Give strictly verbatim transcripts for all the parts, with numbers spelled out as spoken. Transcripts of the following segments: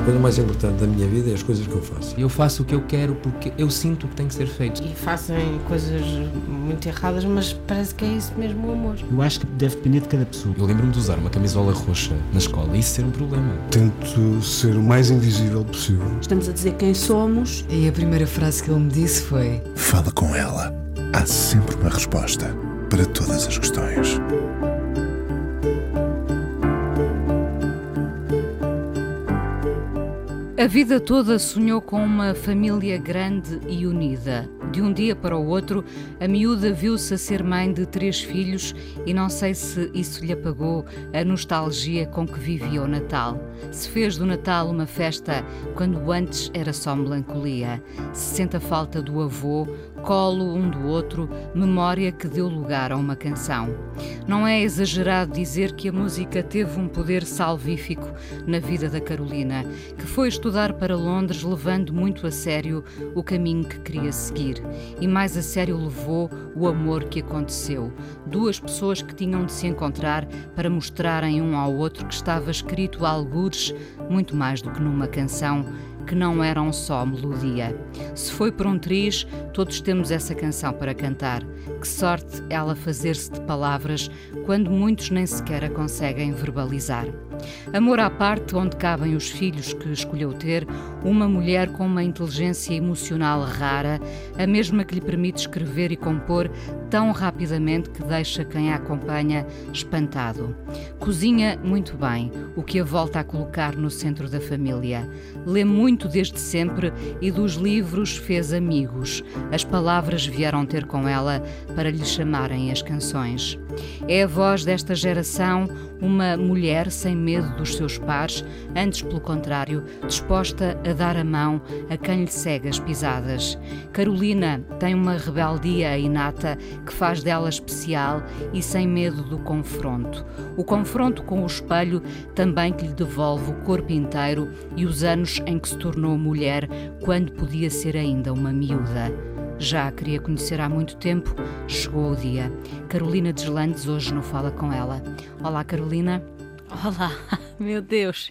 coisa mais importante da minha vida é as coisas que eu faço. Eu faço o que eu quero porque eu sinto que tem que ser feito. E fazem coisas muito erradas, mas parece que é isso mesmo o amor. Eu acho que deve depender de cada pessoa. Eu lembro-me de usar uma camisola roxa na escola e isso ser um problema. Tento ser o mais invisível possível. Estamos a dizer quem somos. E a primeira frase que ele me disse foi: fala com ela. Há sempre uma resposta para todas as questões. A vida toda sonhou com uma família grande e unida. De um dia para o outro, a miúda viu-se a ser mãe de três filhos e não sei se isso lhe apagou a nostalgia com que vivia o Natal. Se fez do Natal uma festa quando antes era só melancolia. Se sente a falta do avô, colo um do outro, memória que deu lugar a uma canção. Não é exagerado dizer que a música teve um poder salvífico na vida da Carolina, que foi estudar para Londres levando muito a sério o caminho que queria seguir. E mais a sério levou o amor que aconteceu. Duas pessoas que tinham de se encontrar para mostrarem um ao outro que estava escrito a algures, muito mais do que numa canção, que não eram só melodia. Se foi por um triz, todos temos essa canção para cantar. Que sorte ela fazer-se de palavras quando muitos nem sequer a conseguem verbalizar. Amor à parte, onde cabem os filhos que escolheu ter, uma mulher com uma inteligência emocional rara, a mesma que lhe permite escrever e compor tão rapidamente que deixa quem a acompanha espantado. Cozinha muito bem, o que a volta a colocar no centro da família. Lê muito desde sempre e dos livros fez amigos. As palavras vieram ter com ela para lhe chamarem as canções. É a voz desta geração, uma mulher sem medo dos seus pares, antes pelo contrário, disposta a dar a mão a quem lhe segue as pisadas. Carolina tem uma rebeldia inata que faz dela especial e sem medo do confronto. O confronto com o espelho também que lhe devolve o corpo inteiro e os anos em que se tornou mulher quando podia ser ainda uma miúda. Já a queria conhecer há muito tempo, chegou o dia. Carolina Deslandes hoje não fala com ela. Olá, Carolina. Olá, meu Deus.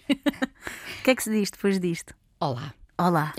O que é que se diz depois disto? Olá. Olá.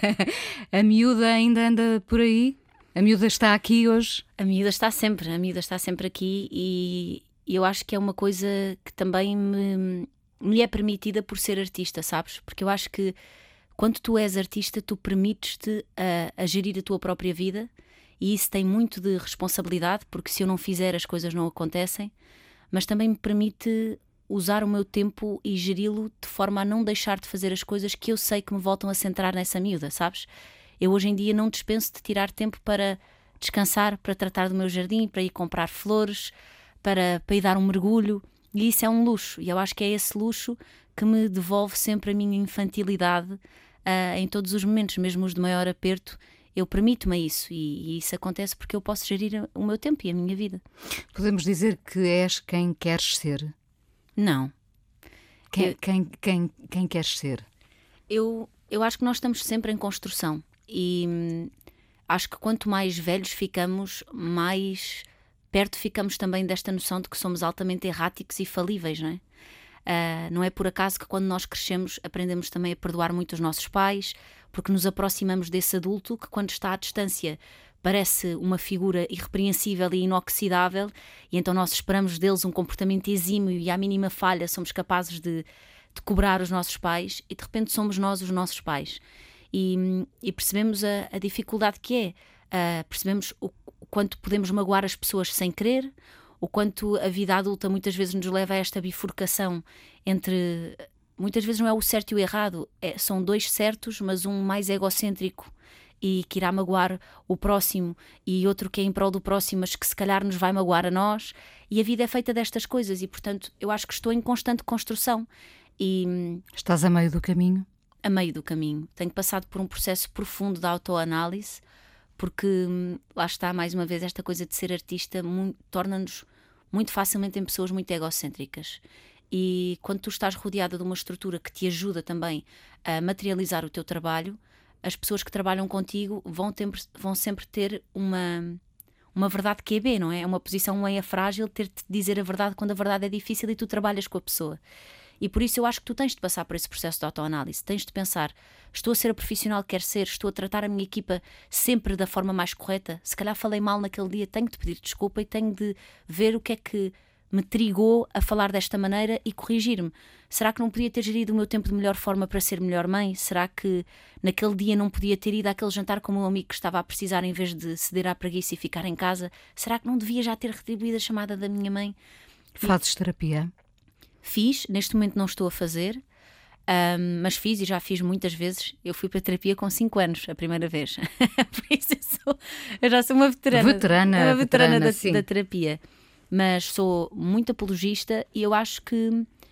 A miúda ainda anda por aí? A miúda está aqui hoje? A miúda está sempre, a miúda está sempre aqui e eu acho que é uma coisa que também me, me é permitida por ser artista, sabes? Porque eu acho que quando tu és artista, tu permites-te a, a gerir a tua própria vida e isso tem muito de responsabilidade, porque se eu não fizer as coisas não acontecem, mas também me permite usar o meu tempo e geri-lo de forma a não deixar de fazer as coisas que eu sei que me voltam a centrar nessa miúda, sabes? Eu hoje em dia não dispenso de tirar tempo para descansar, para tratar do meu jardim, para ir comprar flores, para, para ir dar um mergulho, e isso é um luxo, e eu acho que é esse luxo que me devolve sempre a minha infantilidade uh, em todos os momentos, mesmo os de maior aperto. Eu permito-me isso e, e isso acontece porque eu posso gerir o meu tempo e a minha vida. Podemos dizer que és quem queres ser? Não. Quem, eu, quem, quem, quem queres ser? Eu, eu acho que nós estamos sempre em construção e hum, acho que quanto mais velhos ficamos, mais perto ficamos também desta noção de que somos altamente erráticos e falíveis, não é? Uh, não é por acaso que quando nós crescemos aprendemos também a perdoar muito os nossos pais, porque nos aproximamos desse adulto que quando está à distância parece uma figura irrepreensível e inoxidável e então nós esperamos deles um comportamento exímio e à mínima falha somos capazes de, de cobrar os nossos pais e de repente somos nós os nossos pais e, e percebemos a, a dificuldade que é, uh, percebemos o, o quanto podemos magoar as pessoas sem querer, o quanto a vida adulta muitas vezes nos leva a esta bifurcação entre, muitas vezes não é o certo e o errado, é, são dois certos, mas um mais egocêntrico e que irá magoar o próximo e outro que é em prol do próximo, mas que se calhar nos vai magoar a nós, e a vida é feita destas coisas e portanto eu acho que estou em constante construção. E estás a meio do caminho? A meio do caminho. Tenho passado por um processo profundo de autoanálise, porque lá está, mais uma vez, esta coisa de ser artista torna-nos muito facilmente em pessoas muito egocêntricas. E quando tu estás rodeada de uma estrutura que te ajuda também a materializar o teu trabalho, as pessoas que trabalham contigo vão, ter, vão sempre ter uma, uma verdade Q B, não é? É uma posição meia frágil ter de dizer a verdade quando a verdade é difícil e tu trabalhas com a pessoa. E por isso eu acho que tu tens de passar por esse processo de autoanálise, tens de pensar, estou a ser a profissional que quero ser, estou a tratar a minha equipa sempre da forma mais correta, se calhar falei mal naquele dia, tenho de pedir desculpa e tenho de ver o que é que me trigou a falar desta maneira e corrigir-me. Será que não podia ter gerido o meu tempo de melhor forma para ser melhor mãe? Será que naquele dia não podia ter ido àquele jantar com o meu amigo que estava a precisar em vez de ceder à preguiça e ficar em casa? Será que não devia já ter retribuído a chamada da minha mãe? Fazes terapia? Fiz, neste momento não estou a fazer, um, mas fiz e já fiz muitas vezes. Eu fui para a terapia com cinco anos, a primeira vez. Por isso eu, sou, eu já sou uma veterana, veterana, uma veterana, veterana da, sim. da terapia. Mas sou muito apologista e eu acho que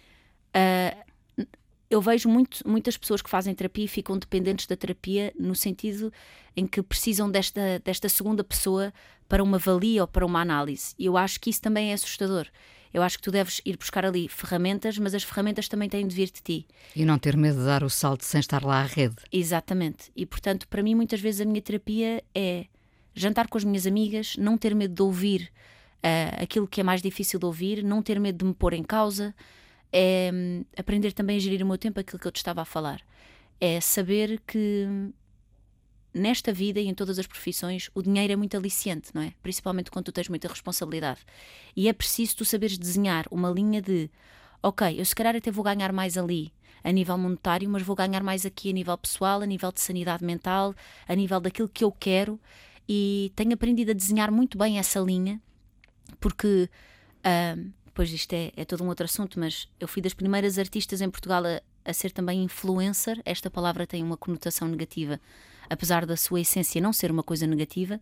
uh, eu vejo muito, muitas pessoas que fazem terapia e ficam dependentes da terapia no sentido em que precisam desta, desta segunda pessoa para uma valia ou para uma análise. E eu acho que isso também é assustador. Eu acho que tu deves ir buscar ali ferramentas, mas as ferramentas também têm de vir de ti. E não ter medo de dar o salto sem estar lá à rede. Exatamente. E, portanto, para mim, muitas vezes a minha terapia é jantar com as minhas amigas, não ter medo de ouvir uh, aquilo que é mais difícil de ouvir, não ter medo de me pôr em causa, é um, aprender também a gerir o meu tempo, aquilo que eu te estava a falar. É saber que nesta vida e em todas as profissões o dinheiro é muito aliciante, não é? Principalmente quando tu tens muita responsabilidade. E é preciso tu saberes desenhar uma linha de ok, eu se calhar até vou ganhar mais ali a nível monetário, mas vou ganhar mais aqui a nível pessoal, a nível de sanidade mental, a nível daquilo que eu quero, e tenho aprendido a desenhar muito bem essa linha, porque uh, depois isto é, é todo um outro assunto, mas eu fui das primeiras artistas em Portugal a, a ser também influencer. Esta palavra tem uma conotação negativa, apesar da sua essência não ser uma coisa negativa,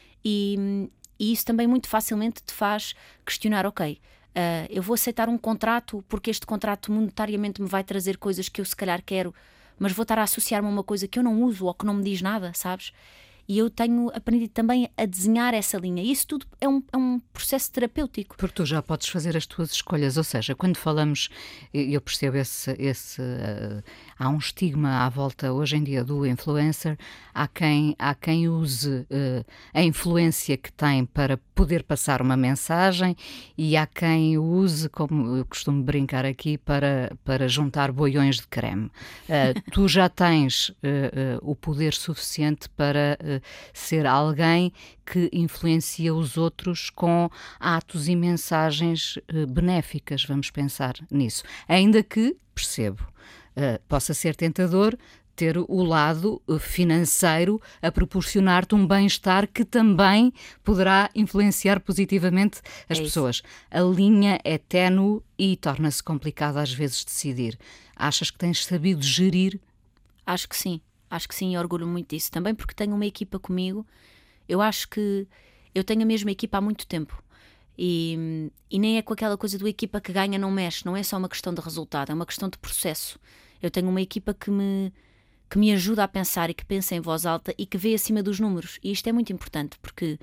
e, e isso também muito facilmente te faz questionar, ok, uh, eu vou aceitar um contrato porque este contrato monetariamente me vai trazer coisas que eu se calhar quero, mas vou estar a associar-me a uma coisa que eu não uso ou que não me diz nada, sabes? E eu tenho aprendido também a desenhar essa linha. E isso tudo é um, é um processo terapêutico. Porque tu já podes fazer as tuas escolhas. Ou seja, quando falamos, eu percebo esse... esse uh, há um estigma à volta hoje em dia do influencer. Há quem, há quem use uh, a influência que tem para poder passar uma mensagem, e há quem use, como eu costumo brincar aqui, para, para juntar boiões de creme. Uh, tu já tens uh, uh, o poder suficiente para... Uh, ser alguém que influencia os outros com atos e mensagens uh, benéficas, vamos pensar nisso. Ainda que, percebo, uh, possa ser tentador ter o lado financeiro a proporcionar-te um bem-estar que também poderá influenciar positivamente as é pessoas. A linha é ténue e torna-se complicado às vezes decidir. Achas que tens sabido gerir? Acho que sim. Acho que sim, e orgulho muito disso. Também porque tenho uma equipa comigo. Eu acho que eu tenho a mesma equipa há muito tempo. E, e nem é com aquela coisa do equipa que ganha não mexe. Não é só uma questão de resultado, é uma questão de processo. Eu tenho uma equipa que me, que me ajuda a pensar e que pensa em voz alta e que vê acima dos números. E isto é muito importante porque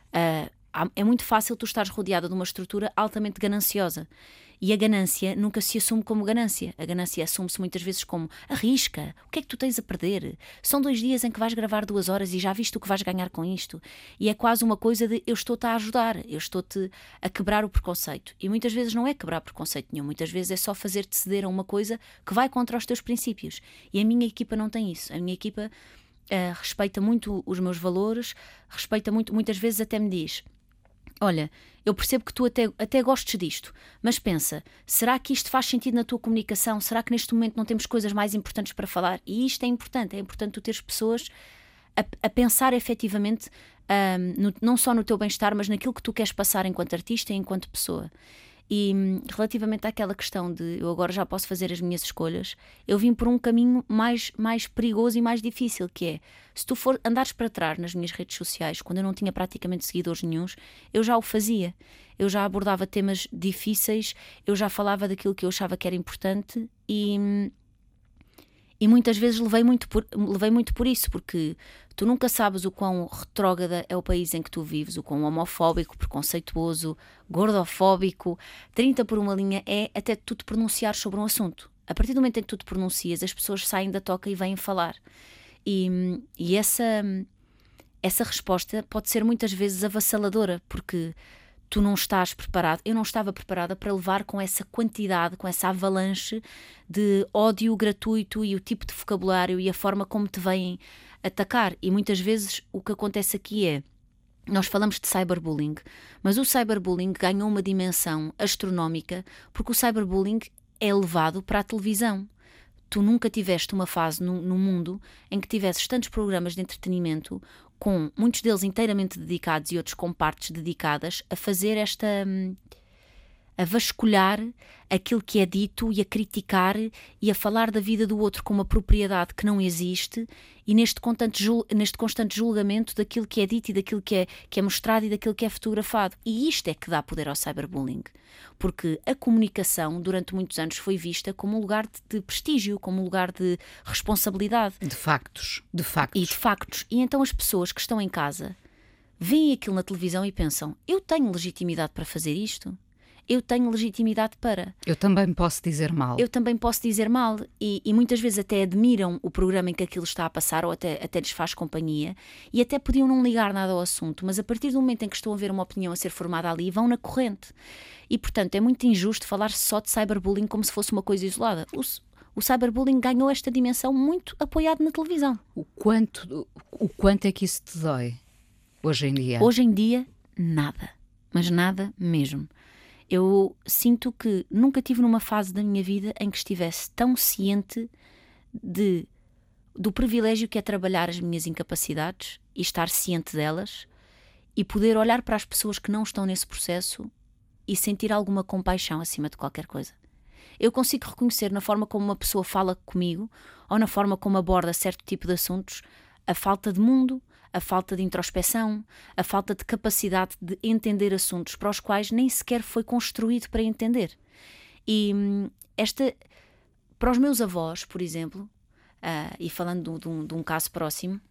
uh, é muito fácil tu estares rodeada de uma estrutura altamente gananciosa. E a ganância nunca se assume como ganância. A ganância assume-se muitas vezes como arrisca, o que é que tu tens a perder? São dois dias em que vais gravar duas horas e já viste o que vais ganhar com isto. E é quase uma coisa de eu estou-te a ajudar, eu estou-te a quebrar o preconceito. E muitas vezes não é quebrar preconceito nenhum, muitas vezes é só fazer-te ceder a uma coisa que vai contra os teus princípios. E a minha equipa não tem isso. A minha equipa uh, respeita muito os meus valores, respeita muito, muitas vezes até me diz... Olha, eu percebo que tu até, até gostes disto, mas pensa, será que isto faz sentido na tua comunicação? Será que neste momento não temos coisas mais importantes para falar? E isto é importante, é importante tu teres pessoas a, a pensar efetivamente um, no, não só no teu bem-estar, mas naquilo que tu queres passar enquanto artista e enquanto pessoa. E relativamente àquela questão de eu agora já posso fazer as minhas escolhas, eu vim por um caminho mais, mais perigoso e mais difícil, que é, se tu for andares para trás nas minhas redes sociais, quando eu não tinha praticamente seguidores nenhuns, eu já o fazia. Eu já abordava temas difíceis, eu já falava daquilo que eu achava que era importante e... E muitas vezes levei muito, por, levei muito por isso, porque tu nunca sabes o quão retrógrada é o país em que tu vives, o quão homofóbico, preconceituoso, gordofóbico. trinta por uma linha é até tu te pronunciares sobre um assunto. A partir do momento em que tu te pronuncias, as pessoas saem da toca e vêm falar. E, e essa, essa resposta pode ser muitas vezes avassaladora, porque tu não estás preparado. Eu não estava preparada para levar com essa quantidade, com essa avalanche de ódio gratuito e o tipo de vocabulário e a forma como te vêm atacar. E muitas vezes o que acontece aqui é, nós falamos de cyberbullying, mas o cyberbullying ganhou uma dimensão astronómica porque o cyberbullying é levado para a televisão. Tu nunca tiveste uma fase no, no mundo em que tivesses tantos programas de entretenimento, com muitos deles inteiramente dedicados e outros com partes dedicadas, a fazer esta... a vasculhar aquilo que é dito e a criticar e a falar da vida do outro com uma propriedade que não existe e neste constante, jul- neste constante julgamento daquilo que é dito e daquilo que é, que é mostrado e daquilo que é fotografado. E isto é que dá poder ao cyberbullying. Porque a comunicação, durante muitos anos, foi vista como um lugar de, de prestígio, como um lugar de responsabilidade. De factos, de factos. E de factos. E então as pessoas que estão em casa veem aquilo na televisão e pensam, eu tenho legitimidade para fazer isto? Eu tenho legitimidade para. Eu também posso dizer mal. Eu também posso dizer mal. E, e muitas vezes até admiram o programa em que aquilo está a passar ou até, até lhes faz companhia e até podiam não ligar nada ao assunto, mas a partir do momento em que estão a ver uma opinião a ser formada ali, vão na corrente. E, portanto, é muito injusto falar só de cyberbullying como se fosse uma coisa isolada. O, o cyberbullying ganhou esta dimensão muito apoiado na televisão. O quanto, o quanto é que isso te dói hoje em dia? Hoje em dia, nada. Mas nada mesmo. Eu sinto que nunca tive numa fase da minha vida em que estivesse tão ciente de, do privilégio que é trabalhar as minhas incapacidades e estar ciente delas e poder olhar para as pessoas que não estão nesse processo e sentir alguma compaixão acima de qualquer coisa. Eu consigo reconhecer na forma como uma pessoa fala comigo ou na forma como aborda certo tipo de assuntos a falta de mundo, a falta de introspeção, a falta de capacidade de entender assuntos para os quais nem sequer foi construído para entender. E esta, para os meus avós, por exemplo, uh, e falando de um, de um caso próximo,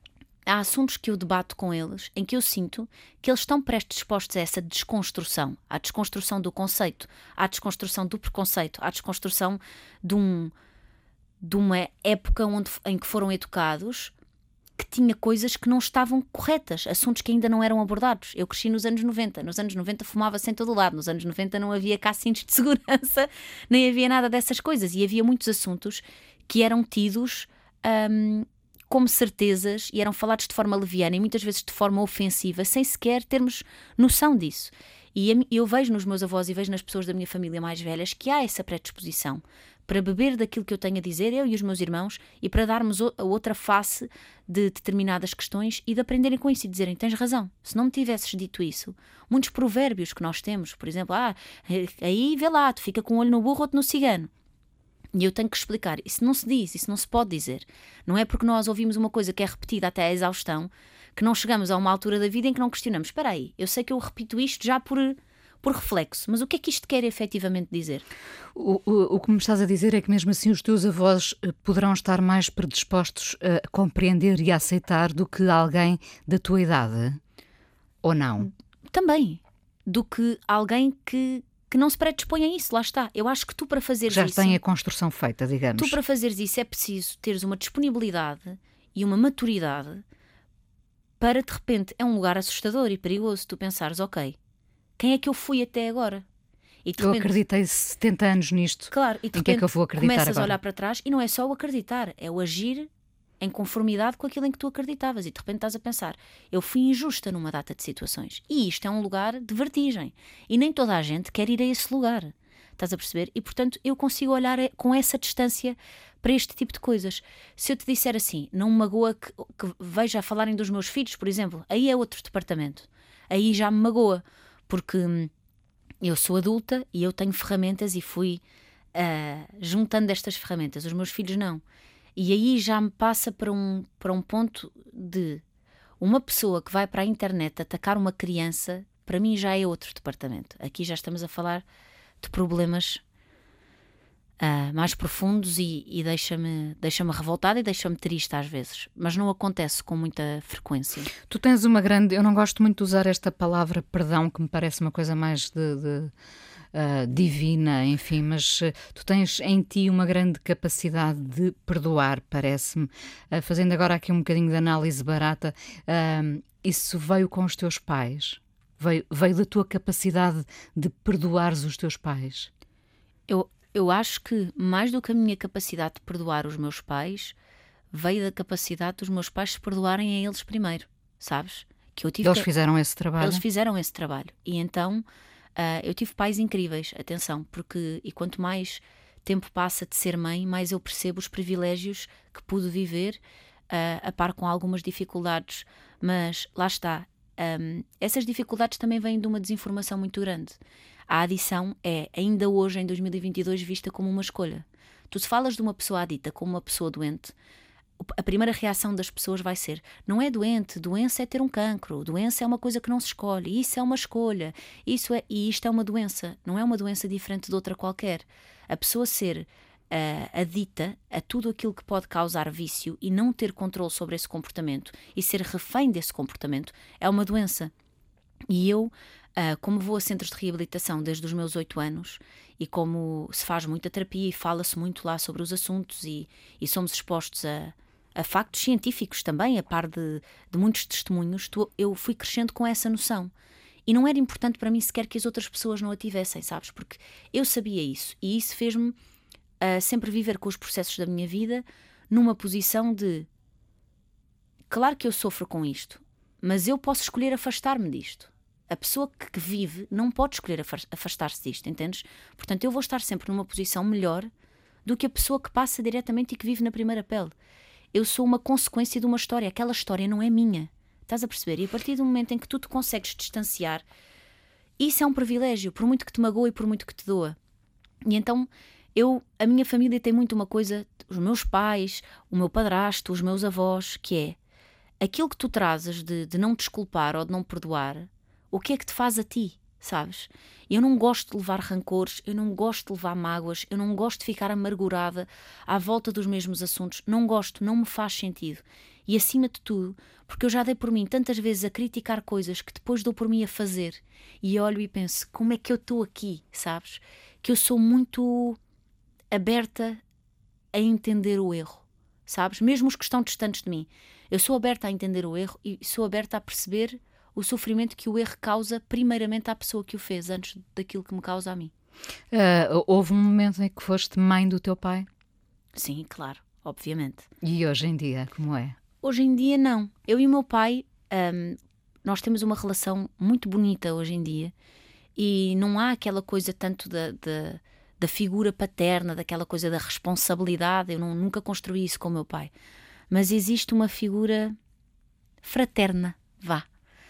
há assuntos que eu debato com eles em que eu sinto que eles estão predispostos a essa desconstrução, à desconstrução do conceito, à desconstrução do preconceito, à desconstrução de, um, de uma época onde, em que foram educados que tinha coisas que não estavam corretas, assuntos que ainda não eram abordados. Eu cresci nos anos noventa. Nos anos noventa fumava-se em todo o lado. Nos anos noventa não havia cá cintos de segurança, nem havia nada dessas coisas. E havia muitos assuntos que eram tidos hum, como certezas e eram falados de forma leviana e muitas vezes de forma ofensiva, sem sequer termos noção disso. E eu vejo nos meus avós e vejo nas pessoas da minha família mais velhas que há essa predisposição para beber daquilo que eu tenho a dizer, eu e os meus irmãos, e para darmos a outra face de determinadas questões e de aprenderem com isso e dizerem, tens razão, se não me tivesses dito isso, muitos provérbios que nós temos, por exemplo, ah, aí vê lá, tu fica com um olho no burro, outro no cigano. E eu tenho que explicar, isso não se diz, isso não se pode dizer. Não é porque nós ouvimos uma coisa que é repetida até à exaustão, que não chegamos a uma altura da vida em que não questionamos, espera aí, eu sei que eu repito isto já por... por reflexo, mas o que é que isto quer efetivamente dizer? O, o, o que me estás a dizer é que mesmo assim os teus avós poderão estar mais predispostos a compreender e a aceitar do que alguém da tua idade? Ou não? Também. Do que alguém que, que não se predispõe a isso, lá está. Eu acho que tu para fazeres Já isso... Já tem a construção feita, digamos. Tu para fazeres isso é preciso teres uma disponibilidade e uma maturidade para, de repente, é um lugar assustador e perigoso tu pensares, ok, quem é que eu fui até agora? E de eu repente, acreditei setenta anos nisto. Claro, e de em repente que é que eu vou acreditar começas agora? a olhar para trás e não é só o acreditar, é o agir em conformidade com aquilo em que tu acreditavas e de repente estás a pensar, eu fui injusta numa data de situações. E isto é um lugar de vertigem. E nem toda a gente quer ir a esse lugar. Estás a perceber? E portanto eu consigo olhar com essa distância para este tipo de coisas. Se eu te disser assim, não me magoa que, que veja a falarem dos meus filhos, por exemplo, aí é outro departamento. Aí já me magoa. Porque eu sou adulta e eu tenho ferramentas e fui uh, juntando estas ferramentas. Os meus filhos não. E aí já me passa para um, para um ponto de uma pessoa que vai para a internet atacar uma criança, para mim já é outro departamento. Aqui já estamos a falar de problemas uh, mais profundos e, e deixa-me, deixa-me revoltada e deixa-me triste às vezes. Mas não acontece com muita frequência. Tu tens uma grande... Eu não gosto muito de usar esta palavra perdão, que me parece uma coisa mais de... de... Uh, divina, enfim, mas uh, tu tens em ti uma grande capacidade de perdoar, parece-me. Uh, fazendo agora aqui um bocadinho de análise barata, uh, isso veio com os teus pais? Veio, veio da tua capacidade de perdoares os teus pais? Eu, eu acho que, mais do que a minha capacidade de perdoar os meus pais, veio da capacidade dos meus pais se perdoarem a eles primeiro, sabes? Que eu tive eles que... fizeram esse trabalho? Eles fizeram esse trabalho. E então, uh, eu tive pais incríveis, atenção, porque, e quanto mais tempo passa de ser mãe, mais eu percebo os privilégios que pude viver, uh, a par com algumas dificuldades. Mas, lá está, um, essas dificuldades também vêm de uma desinformação muito grande. A adição é, ainda hoje, em dois mil e vinte e dois, vista como uma escolha. Tu, se falas de uma pessoa adita como uma pessoa doente, a primeira reação das pessoas vai ser: não é doente, doença é ter um cancro, doença é uma coisa que não se escolhe, isso é uma escolha, isso é, e isto é uma doença, não é uma doença diferente de outra qualquer. A pessoa ser uh, adita a tudo aquilo que pode causar vício e não ter controle sobre esse comportamento e ser refém desse comportamento é uma doença. E eu, uh, como vou a centros de reabilitação desde os meus oito anos e como se faz muita terapia e fala-se muito lá sobre os assuntos e, e somos expostos a a factos científicos também, a par de, de muitos testemunhos, tu, eu fui crescendo com essa noção. E não era importante para mim sequer que as outras pessoas não a tivessem, sabes? Porque eu sabia isso. E isso fez-me uh, sempre viver com os processos da minha vida numa posição de... Claro que eu sofro com isto, mas eu posso escolher afastar-me disto. A pessoa que, que vive não pode escolher afastar-se disto, entendes? Portanto, eu vou estar sempre numa posição melhor do que a pessoa que passa diretamente e que vive na primeira pele. Eu sou uma consequência de uma história. Aquela história não é minha. Estás a perceber? E a partir do momento em que tu te consegues distanciar, isso é um privilégio, por muito que te magoe e por muito que te doa. E então, eu, a minha família tem muito uma coisa, os meus pais, o meu padrasto, os meus avós, que é aquilo que tu trazes de, de não desculpar ou de não perdoar, o que é que te faz a ti, sabes? Eu não gosto de levar rancores, eu não gosto de levar mágoas, eu não gosto de ficar amargurada à volta dos mesmos assuntos. Não gosto, não me faz sentido. E acima de tudo, porque eu já dei por mim tantas vezes a criticar coisas que depois dou por mim a fazer e olho e penso, como é que eu estou aqui, sabes? Que eu sou muito aberta a entender o erro, sabes? Mesmo os que estão distantes de mim. Eu sou aberta a entender o erro e sou aberta a perceber o sofrimento que o erro causa primeiramente à pessoa que o fez, antes daquilo que me causa a mim. Uh, houve um momento em que foste mãe do teu pai? Sim, claro, obviamente. E hoje em dia, como é? Hoje em dia, não. Eu e o meu pai, um, nós temos uma relação muito bonita hoje em dia e não há aquela coisa tanto da, da, da figura paterna, daquela coisa da responsabilidade. Eu não, nunca construí isso com o meu pai. Mas existe uma figura fraterna, vá.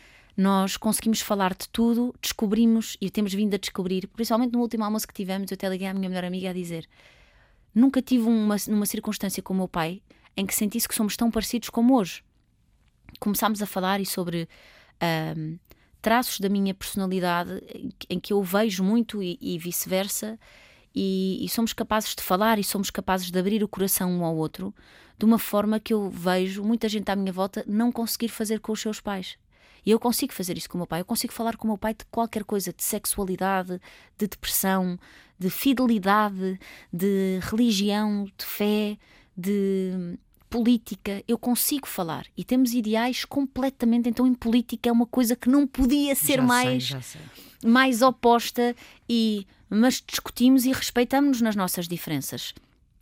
Nós conseguimos falar de tudo, descobrimos e temos vindo a descobrir, principalmente no último almoço que tivemos, eu até liguei à minha melhor amiga a dizer: nunca tive uma, uma circunstância com o meu pai em que sentisse que somos tão parecidos como hoje. Começámos a falar e sobre um, traços da minha personalidade em que eu vejo muito e, e vice-versa, e, e somos capazes de falar e somos capazes de abrir o coração um ao outro de uma forma que eu vejo muita gente à minha volta não conseguir fazer com os seus pais. E eu consigo fazer isso com o meu pai. Eu consigo falar com o meu pai de qualquer coisa, de sexualidade, de depressão, de fidelidade, de religião, de fé, de política. Eu consigo falar. E temos ideais completamente... Então, em política é uma coisa que não podia ser já mais, sei, já sei. mais oposta. E, mas discutimos e respeitamos-nos nas nossas diferenças.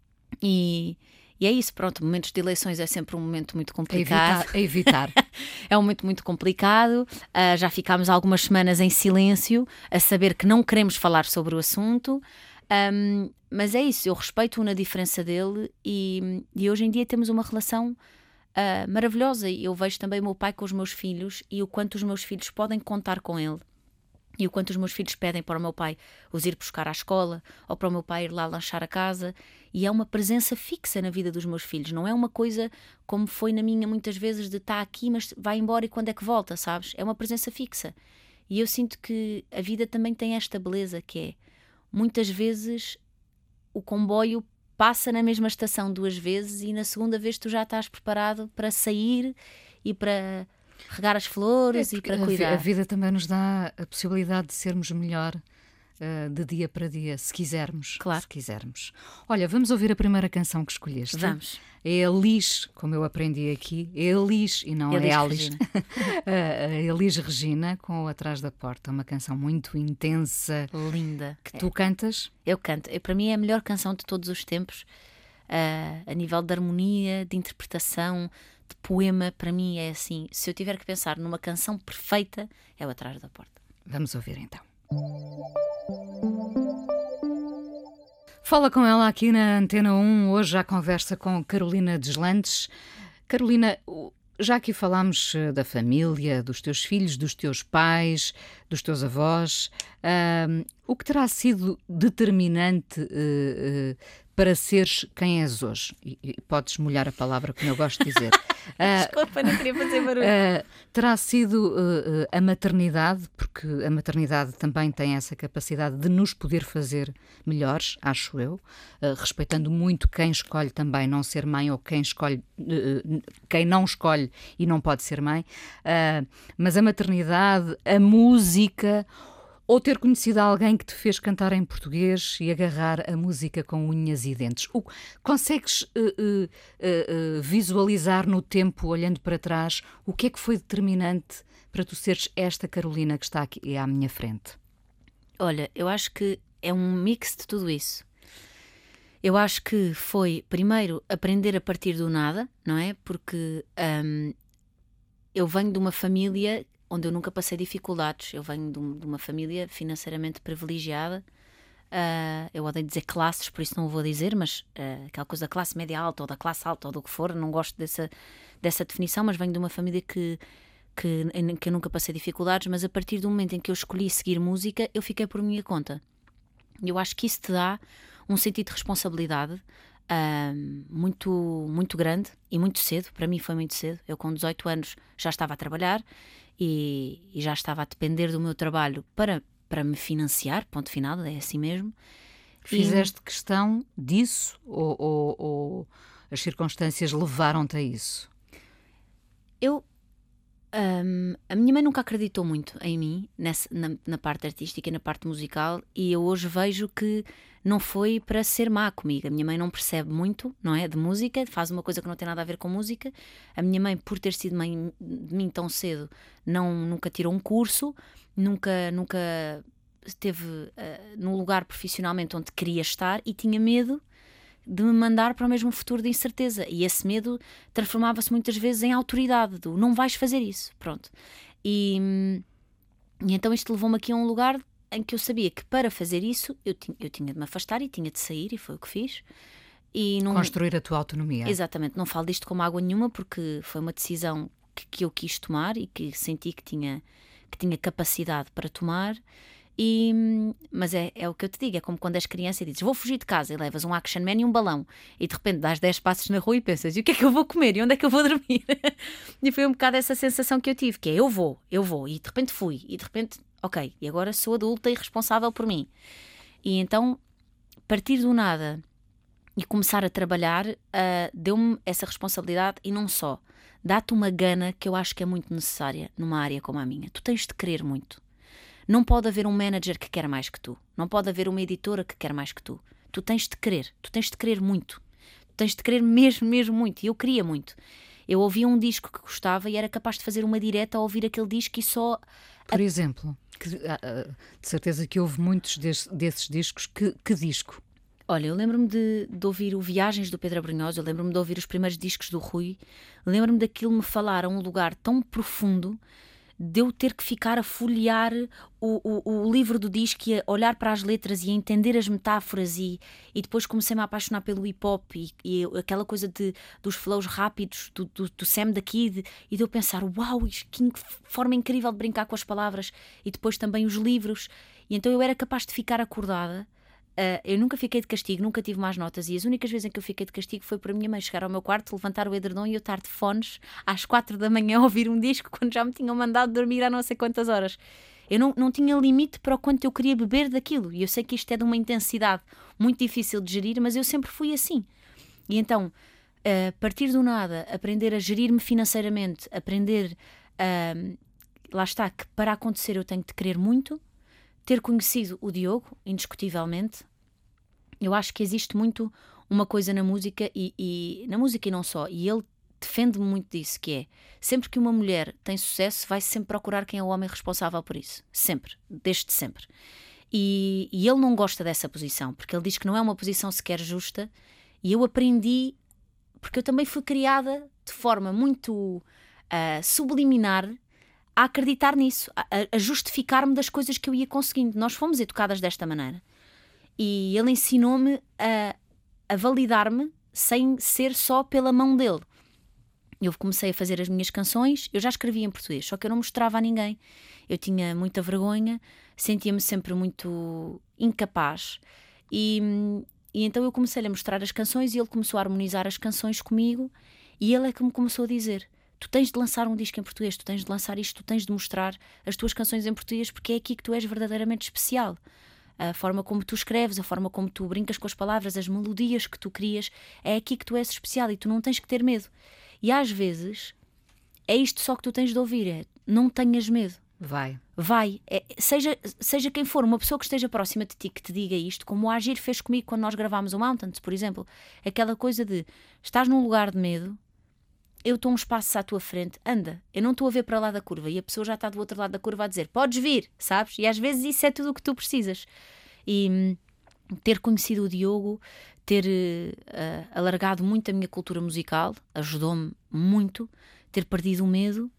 E... E é isso, pronto, momentos de eleições é sempre um momento muito complicado. A evitar. A evitar. É um momento muito complicado, uh, já ficámos algumas semanas em silêncio, a saber que não queremos falar sobre o assunto, um, mas é isso, eu respeito na diferença dele e, e hoje em dia temos uma relação uh, maravilhosa. E eu vejo também o meu pai com os meus filhos e o quanto os meus filhos podem contar com ele. E o quanto os meus filhos pedem para o meu pai os ir buscar à escola ou para o meu pai ir lá lanchar a casa. E é uma presença fixa na vida dos meus filhos. Não é uma coisa como foi na minha muitas vezes de estar aqui, mas vai embora e quando é que volta, sabes? É uma presença fixa. E eu sinto que a vida também tem esta beleza que é, muitas vezes o comboio passa na mesma estação duas vezes e na segunda vez tu já estás preparado para sair e para... regar as flores é e para cuidar. A vida também nos dá a possibilidade de sermos melhor uh, de dia para dia, se quisermos. Claro. Se quisermos. Olha, vamos ouvir a primeira canção que escolheste. Vamos. É a Elis, como eu aprendi aqui, é Elis e não Elis é Alice. Regina. A Elis Regina com o Atrás da Porta, uma canção muito intensa. Linda. Que tu cantas? Eu canto. Eu, para mim é a melhor canção de todos os tempos, uh, a nível de harmonia, de interpretação, de poema. Para mim é assim, se eu tiver que pensar numa canção perfeita, é o Atrás da Porta. Vamos ouvir então. Fala com ela aqui na Antena um, hoje à conversa com Carolina Deslandes. Carolina, já aqui falámos da família, dos teus filhos, dos teus pais, dos teus avós. Um, o que terá sido determinante uh, uh, para seres quem és hoje? E, e podes molhar a palavra, como eu gosto de dizer. Uh, Desculpa, não queria fazer barulho. Uh, terá sido uh, uh, a maternidade, porque a maternidade também tem essa capacidade de nos poder fazer melhores, acho eu, uh, respeitando muito quem escolhe também não ser mãe ou quem escolhe, uh, quem não escolhe e não pode ser mãe, uh, mas a maternidade, a música, ou ter conhecido alguém que te fez cantar em português e agarrar a música com unhas e dentes. O, consegues uh, uh, uh, visualizar no tempo, olhando para trás, o que é que foi determinante para tu seres esta Carolina que está aqui à minha frente? Olha, eu acho que é um mix de tudo isso. Eu acho que foi, primeiro, aprender a partir do nada, não é? Porque um, eu venho de uma família onde eu nunca passei dificuldades. Eu venho de, um, de uma família financeiramente privilegiada. Uh, eu odeio dizer classes, por isso não o vou dizer, mas uh, aquela coisa da classe média alta ou da classe alta ou do que for, não gosto dessa, dessa definição, mas venho de uma família que, que, em que eu nunca passei dificuldades, mas a partir do momento em que eu escolhi seguir música, eu fiquei por minha conta. E eu acho que isso te dá um sentido de responsabilidade uh, muito, muito grande e muito cedo. Para mim foi muito cedo. Eu com dezoito anos já estava a trabalhar e, e já estava a depender do meu trabalho para, para me financiar, ponto final, é assim mesmo. Fizeste e... questão disso ou, ou, ou as circunstâncias levaram-te a isso? Eu... Um, a minha mãe nunca acreditou muito em mim nessa, na, na parte artística e na parte musical, e eu hoje vejo que não foi para ser má comigo. A minha mãe não percebe muito, não é, de música, faz uma coisa que não tem nada a ver com música. A minha mãe, por ter sido mãe de mim tão cedo, não, nunca tirou um curso, nunca, nunca esteve uh, num lugar profissionalmente onde queria estar e tinha medo de me mandar para o mesmo futuro de incerteza, e esse medo transformava-se muitas vezes em autoridade, do não vais fazer isso, pronto. E, e então isto levou-me aqui a um lugar em que eu sabia que para fazer isso eu tinha, eu tinha de me afastar e tinha de sair, e foi o que fiz. E não, construir a tua autonomia. Exatamente, não falo disto como água nenhuma, porque foi uma decisão que, que eu quis tomar e que senti que tinha, que tinha capacidade para tomar. E, mas é, é o que eu te digo, é como quando és criança e dizes vou fugir de casa e levas um action man e um balão e de repente dás dez passos na rua e pensas, e o que é que eu vou comer e onde é que eu vou dormir? E foi um bocado essa sensação que eu tive, que é eu vou, eu vou, e de repente fui, e de repente, ok, e agora sou adulta e responsável por mim. E então partir do nada e começar a trabalhar uh, deu-me essa responsabilidade, e não só, dá-te uma gana que eu acho que é muito necessária numa área como a minha. Tu tens de querer muito. Não pode haver um manager que quer mais que tu. Não pode haver uma editora que quer mais que tu. Tu tens de querer. Tu tens de querer muito. Tu tens de querer mesmo, mesmo muito. E eu queria muito. Eu ouvia um disco que gostava e era capaz de fazer uma direta a ouvir aquele disco e só... Por exemplo, que, de certeza que houve muitos desse, desses discos. Que, que disco? Olha, eu lembro-me de, de ouvir o Viagens do Pedro Abrunhosa, eu lembro-me de ouvir os primeiros discos do Rui, lembro-me daquilo me falar a um lugar tão profundo de eu ter que ficar a folhear o, o, o livro do disco e a olhar para as letras e a entender as metáforas, e, e depois comecei-me a apaixonar pelo hip-hop e, e aquela coisa de, dos flows rápidos do, do, do Sam da Kid, e de eu pensar, uau, que forma incrível de brincar com as palavras, e depois também os livros. E então eu era capaz de ficar acordada. Uh, eu nunca fiquei de castigo, nunca tive más notas, e as únicas vezes em que eu fiquei de castigo foi por a minha mãe chegar ao meu quarto, levantar o edredom e eu estar de fones às quatro da manhã a ouvir um disco quando já me tinham mandado dormir há não sei quantas horas. Eu não, não tinha limite para o quanto eu queria beber daquilo, e eu sei que isto é de uma intensidade muito difícil de gerir, mas eu sempre fui assim. E então, uh, partir do nada, aprender a gerir-me financeiramente, aprender, uh, lá está, que para acontecer eu tenho de querer muito, ter conhecido o Diogo, indiscutivelmente, eu acho que existe muito uma coisa na música, e, e na música e não só, e ele defende-me muito disso, que é, sempre que uma mulher tem sucesso, vai sempre procurar quem é o homem responsável por isso. Sempre. Desde sempre. E, e ele não gosta dessa posição, porque ele diz que não é uma posição sequer justa, e eu aprendi, porque eu também fui criada de forma muito uh, subliminar a acreditar nisso, a, a justificar-me das coisas que eu ia conseguindo. Nós fomos educadas desta maneira. E ele ensinou-me a, a validar-me sem ser só pela mão dele. Eu comecei a fazer as minhas canções, eu já escrevia em português, só que eu não mostrava a ninguém. Eu tinha muita vergonha, sentia-me sempre muito incapaz. E, e então eu comecei a mostrar as canções e ele começou a harmonizar as canções comigo, e ele é que me começou a dizer: tu tens de lançar um disco em português, tu tens de lançar isto, tu tens de mostrar as tuas canções em português, porque é aqui que tu és verdadeiramente especial. A forma como tu escreves, a forma como tu brincas com as palavras, as melodias que tu crias, é aqui que tu és especial e tu não tens que ter medo. E às vezes é isto só que tu tens de ouvir, é: não tenhas medo. Vai. Vai. É, seja, seja quem for, uma pessoa que esteja próxima de ti que te diga isto, como o Agir fez comigo quando nós gravámos o Mountains, por exemplo. Aquela coisa de, estás num lugar de medo, eu estou um espaço à tua frente, anda, eu não estou a ver para lá da curva, e a pessoa já está do outro lado da curva a dizer: podes vir, sabes? E às vezes isso é tudo o que tu precisas. E ter conhecido o Diogo, ter uh, alargado muito a minha cultura musical, ajudou-me muito, ter perdido o medo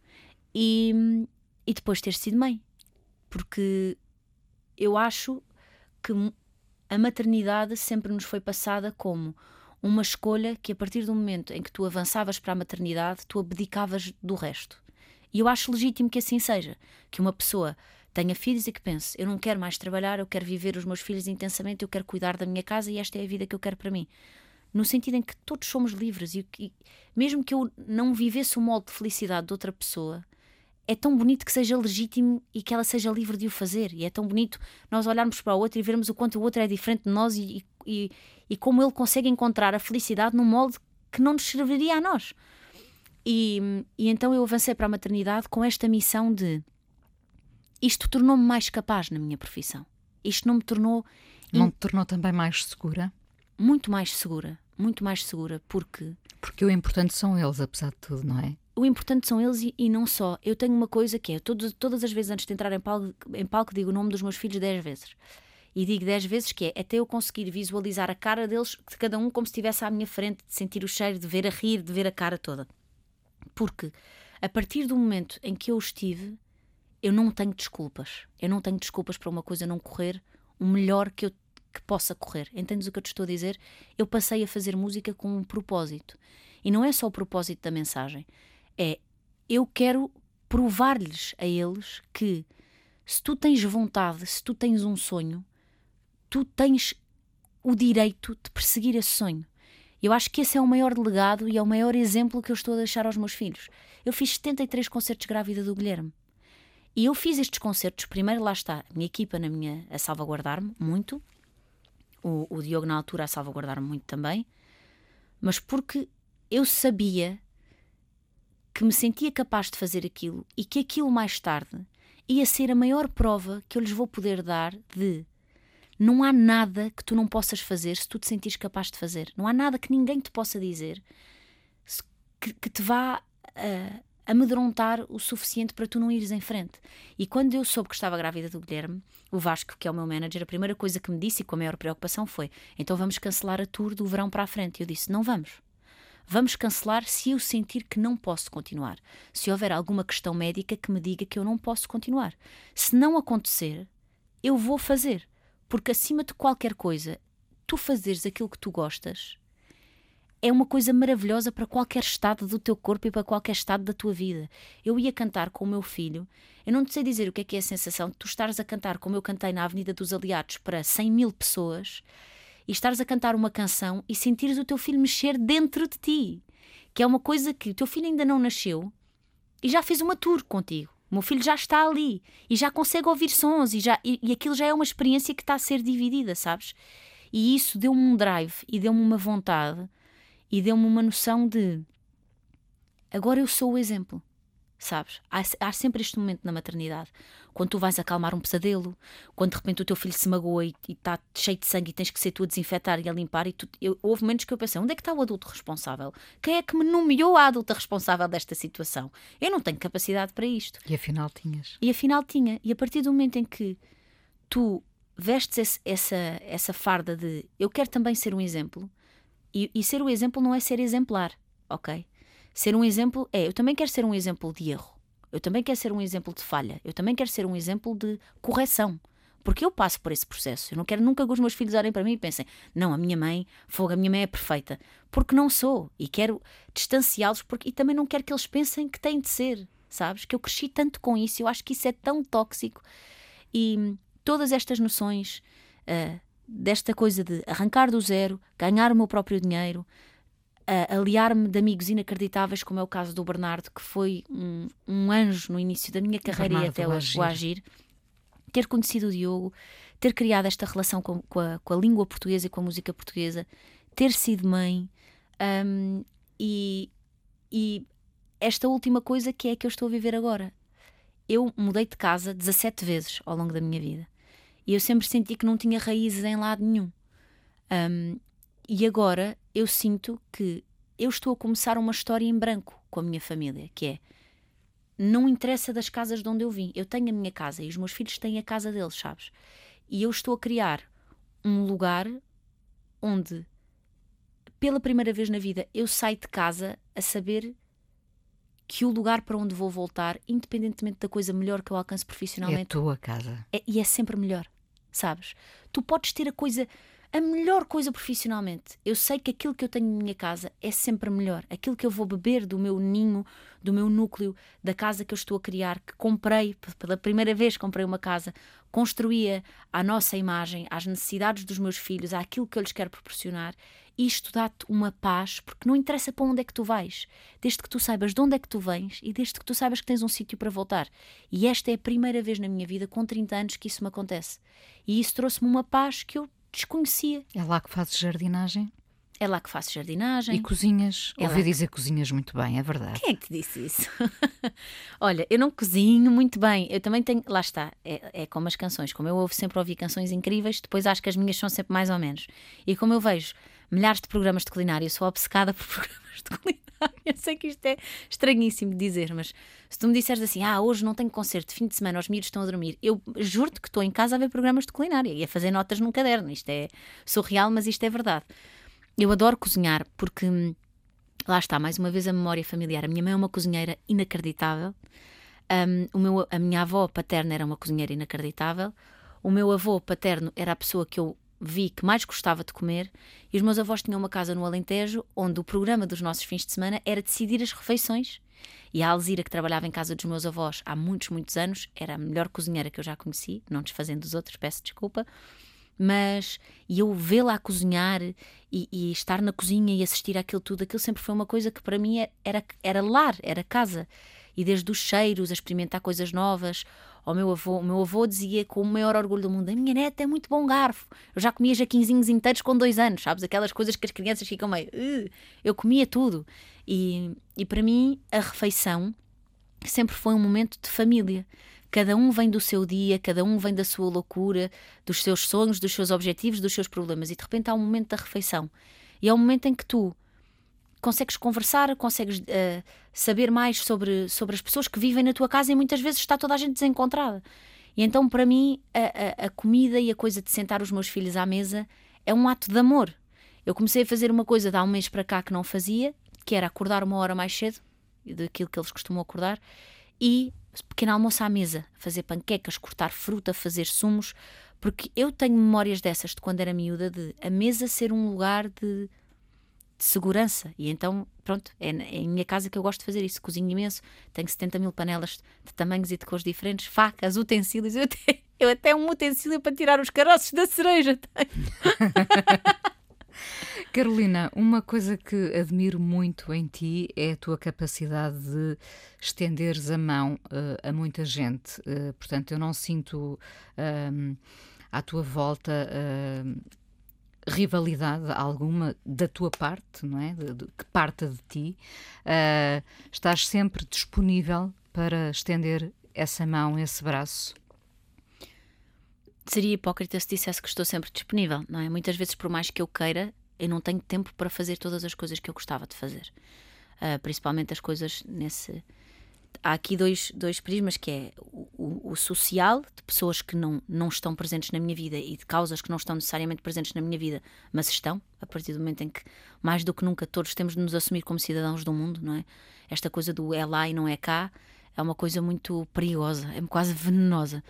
e, e depois ter sido mãe. Porque eu acho que a maternidade sempre nos foi passada como uma escolha que, a partir do momento em que tu avançavas para a maternidade, tu abdicavas do resto. E eu acho legítimo que assim seja, que uma pessoa tenha filhos e que pense: eu não quero mais trabalhar, eu quero viver os meus filhos intensamente, eu quero cuidar da minha casa e esta é a vida que eu quero para mim. No sentido em que todos somos livres, e, e mesmo que eu não vivesse o molde de felicidade de outra pessoa, é tão bonito que seja legítimo e que ela seja livre de o fazer. E é tão bonito nós olharmos para o outro e vermos o quanto o outro é diferente de nós, e, e, e como ele consegue encontrar a felicidade num molde que não nos serviria a nós. E, e então eu avancei para a maternidade com esta missão de: isto tornou-me mais capaz na minha profissão. Isto não me tornou... Não te tornou também mais segura? Muito mais segura. Muito mais segura, porque... Porque o importante são eles, apesar de tudo, não é? O importante são eles, e, e não só. Eu tenho uma coisa que é: todas, todas as vezes antes de entrar em palco, em palco digo o nome dos meus filhos dez vezes. E digo dez vezes que é até eu conseguir visualizar a cara deles, de cada um, como se estivesse à minha frente, de sentir o cheiro, de ver a rir, de ver a cara toda. Porque a partir do momento em que eu estive, eu não tenho desculpas. Eu não tenho desculpas para uma coisa não correr o melhor que, eu, que possa correr. Entendes o que eu te estou a dizer? Eu passei a fazer música com um propósito. E não é só o propósito da mensagem. É: eu quero provar-lhes a eles que, se tu tens vontade, se tu tens um sonho, tu tens o direito de perseguir esse sonho. Eu acho que esse é o maior legado e é o maior exemplo que eu estou a deixar aos meus filhos. Eu fiz setenta e três concertos grávida do Guilherme. E eu fiz estes concertos, primeiro lá está, a minha equipa na minha, a salvaguardar-me muito, o, o Diogo na altura a salvaguardar-me muito também, mas porque eu sabia que me sentia capaz de fazer aquilo e que aquilo mais tarde ia ser a maior prova que eu lhes vou poder dar de: não há nada que tu não possas fazer se tu te sentires capaz de fazer. Não há nada que ninguém te possa dizer que, que te vá uh, amedrontar o suficiente para tu não ires em frente. E quando eu soube que estava grávida do Guilherme, o Vasco, que é o meu manager, a primeira coisa que me disse, e com a maior preocupação, foi: então vamos cancelar a tour do verão para a frente. E eu disse: não vamos. Vamos cancelar se eu sentir que não posso continuar. Se houver alguma questão médica que me diga que eu não posso continuar. Se não acontecer, eu vou fazer. Porque acima de qualquer coisa, tu fazeres aquilo que tu gostas é uma coisa maravilhosa para qualquer estado do teu corpo e para qualquer estado da tua vida. Eu ia cantar com o meu filho, eu não te sei dizer o que é que é a sensação de tu estares a cantar como eu cantei na Avenida dos Aliados para cem mil pessoas e estares a cantar uma canção e sentires o teu filho mexer dentro de ti, que é uma coisa que o teu filho ainda não nasceu e já fez uma tour contigo. O meu filho já está ali e já consegue ouvir sons e, já, e, e aquilo já é uma experiência que está a ser dividida, sabes? E isso deu-me um drive e deu-me uma vontade e deu-me uma noção de: agora eu sou o exemplo. sabes? Há, há sempre este momento na maternidade, quando tu vais acalmar um pesadelo, quando de repente o teu filho se magoa e está cheio de sangue e tens que ser tu a desinfetar e a limpar, e tu, eu, houve momentos que eu pensei, onde é que está o adulto responsável? Quem é que me nomeou a adulta responsável desta situação? Eu não tenho capacidade para isto. E afinal tinhas. E afinal tinha. E a partir do momento em que tu vestes esse, essa, essa farda de eu quero também ser um exemplo, e, e ser o exemplo não é ser exemplar, ok? Ser um exemplo é, eu também quero ser um exemplo de erro, eu também quero ser um exemplo de falha, eu também quero ser um exemplo de correção, porque eu passo por esse processo. Eu não quero nunca que os meus filhos olhem para mim e pensem, não, a minha mãe, fogo, a minha mãe é perfeita, porque não sou, e quero distanciá-los, porque, e também não quero que eles pensem que têm de ser, sabes? Que eu cresci tanto com isso, eu acho que isso é tão tóxico, e todas estas noções uh, desta coisa de arrancar do zero, ganhar o meu próprio dinheiro, Uh, aliar-me de amigos inacreditáveis, como é o caso do Bernardo, que foi um, um anjo no início da minha carreira Bernardo, e até hoje, o Agir. Ter conhecido o Diogo, ter criado esta relação com, com, a, com a língua portuguesa e com a música portuguesa, ter sido mãe, um, e, e esta última coisa que é que eu estou a viver agora. Eu mudei de casa dezassete vezes ao longo da minha vida e eu sempre senti que não tinha raízes em lado nenhum. Um, E agora eu sinto que eu estou a começar uma história em branco com a minha família, que é, não interessa das casas de onde eu vim, eu tenho a minha casa e os meus filhos têm a casa deles, sabes? E eu estou a criar um lugar onde, pela primeira vez na vida, eu saio de casa a saber que o lugar para onde vou voltar, independentemente da coisa melhor que eu alcance profissionalmente... É a tua casa. É, e é sempre melhor, sabes? Tu podes ter a coisa... A melhor coisa profissionalmente. Eu sei que aquilo que eu tenho na minha casa é sempre melhor. Aquilo que eu vou beber do meu ninho, do meu núcleo, da casa que eu estou a criar, que comprei, pela primeira vez comprei uma casa, construía à nossa imagem, às necessidades dos meus filhos, àquilo que eu lhes quero proporcionar. Isto dá-te uma paz, porque não interessa para onde é que tu vais, desde que tu saibas de onde é que tu vens e desde que tu saibas que tens um sítio para voltar. E esta é a primeira vez na minha vida, com trinta anos, que isso me acontece. E isso trouxe-me uma paz que eu desconhecia. É lá que fazes jardinagem? É lá que faço jardinagem. E cozinhas? É Ouvi lá. dizer que cozinhas muito bem, é verdade. Quem é que te disse isso? Olha, eu não cozinho muito bem. Eu também tenho... Lá está. É, é como as canções. Como eu ouvo sempre ouvir canções incríveis, depois acho que as minhas são sempre mais ou menos. E como eu vejo milhares de programas de culinária, eu sou obcecada por programas de culinária. Eu sei que isto é estranhíssimo de dizer, mas se tu me disseres assim, ah, hoje não tenho concerto, fim de semana, os miúdos estão a dormir, eu juro-te que estou em casa a ver programas de culinária e a fazer notas num caderno. Isto é surreal, mas isto é verdade. Eu adoro cozinhar porque, lá está, mais uma vez a memória familiar. A minha mãe é uma cozinheira inacreditável, um, o meu, a minha avó paterna era uma cozinheira inacreditável, o meu avô paterno era a pessoa que eu vi que mais gostava de comer, e os meus avós tinham uma casa no Alentejo onde o programa dos nossos fins de semana era decidir as refeições. E a Alzira, que trabalhava em casa dos meus avós há muitos, muitos anos, era a melhor cozinheira que eu já conheci, não desfazendo dos outros, peço desculpa, mas e eu vê-la a cozinhar e, e estar na cozinha e assistir àquilo tudo, aquilo sempre foi uma coisa que para mim era, era lar, era casa. E desde os cheiros, a experimentar coisas novas. O meu avô, o meu avô dizia com o maior orgulho do mundo, a minha neta é muito bom garfo. Eu já comia jaquinzinhos inteiros com dois anos, sabes? Aquelas coisas que as crianças ficam meio... Uh, eu comia tudo. E, e para mim a refeição sempre foi um momento de família. Cada um vem do seu dia, cada um vem da sua loucura, dos seus sonhos, dos seus objetivos, dos seus problemas. E de repente há um momento da refeição. E é um momento em que tu consegues conversar, consegues uh, saber mais sobre, sobre as pessoas que vivem na tua casa, e muitas vezes está toda a gente desencontrada. E então para mim a, a, a comida e a coisa de sentar os meus filhos à mesa é um ato de amor. Eu comecei a fazer uma coisa de há um mês para cá que não fazia, que era acordar uma hora mais cedo daquilo que eles costumam acordar, e pequeno almoço à mesa, fazer panquecas, cortar fruta, fazer sumos, porque eu tenho memórias dessas de quando era miúda, de a mesa ser um lugar de de segurança. E então, pronto, é em minha casa que eu gosto de fazer isso. Cozinho imenso, tenho setenta mil panelas de tamanhos e de cores diferentes, facas, utensílios. Eu até, eu até um utensílio para tirar os caroços da cereja tenho. Carolina, uma coisa que admiro muito em ti é a tua capacidade de estenderes a mão uh, a muita gente. Uh, portanto, eu não sinto uh, à tua volta... Uh, rivalidade alguma da tua parte, não é? De, de, que parta de ti. Uh, estás sempre disponível para estender essa mão, esse braço? Seria hipócrita se dissesse que estou sempre disponível, não é? Muitas vezes, por mais que eu queira, eu não tenho tempo para fazer todas as coisas que eu gostava de fazer. Uh, principalmente as coisas nesse... Há aqui dois, dois prismas, que é o, o, o social, de pessoas que não, não estão presentes na minha vida e de causas que não estão necessariamente presentes na minha vida, mas estão, a partir do momento em que, mais do que nunca, todos temos de nos assumir como cidadãos do mundo, não é? Esta coisa do é lá e não é cá é uma coisa muito perigosa, é quase venenosa.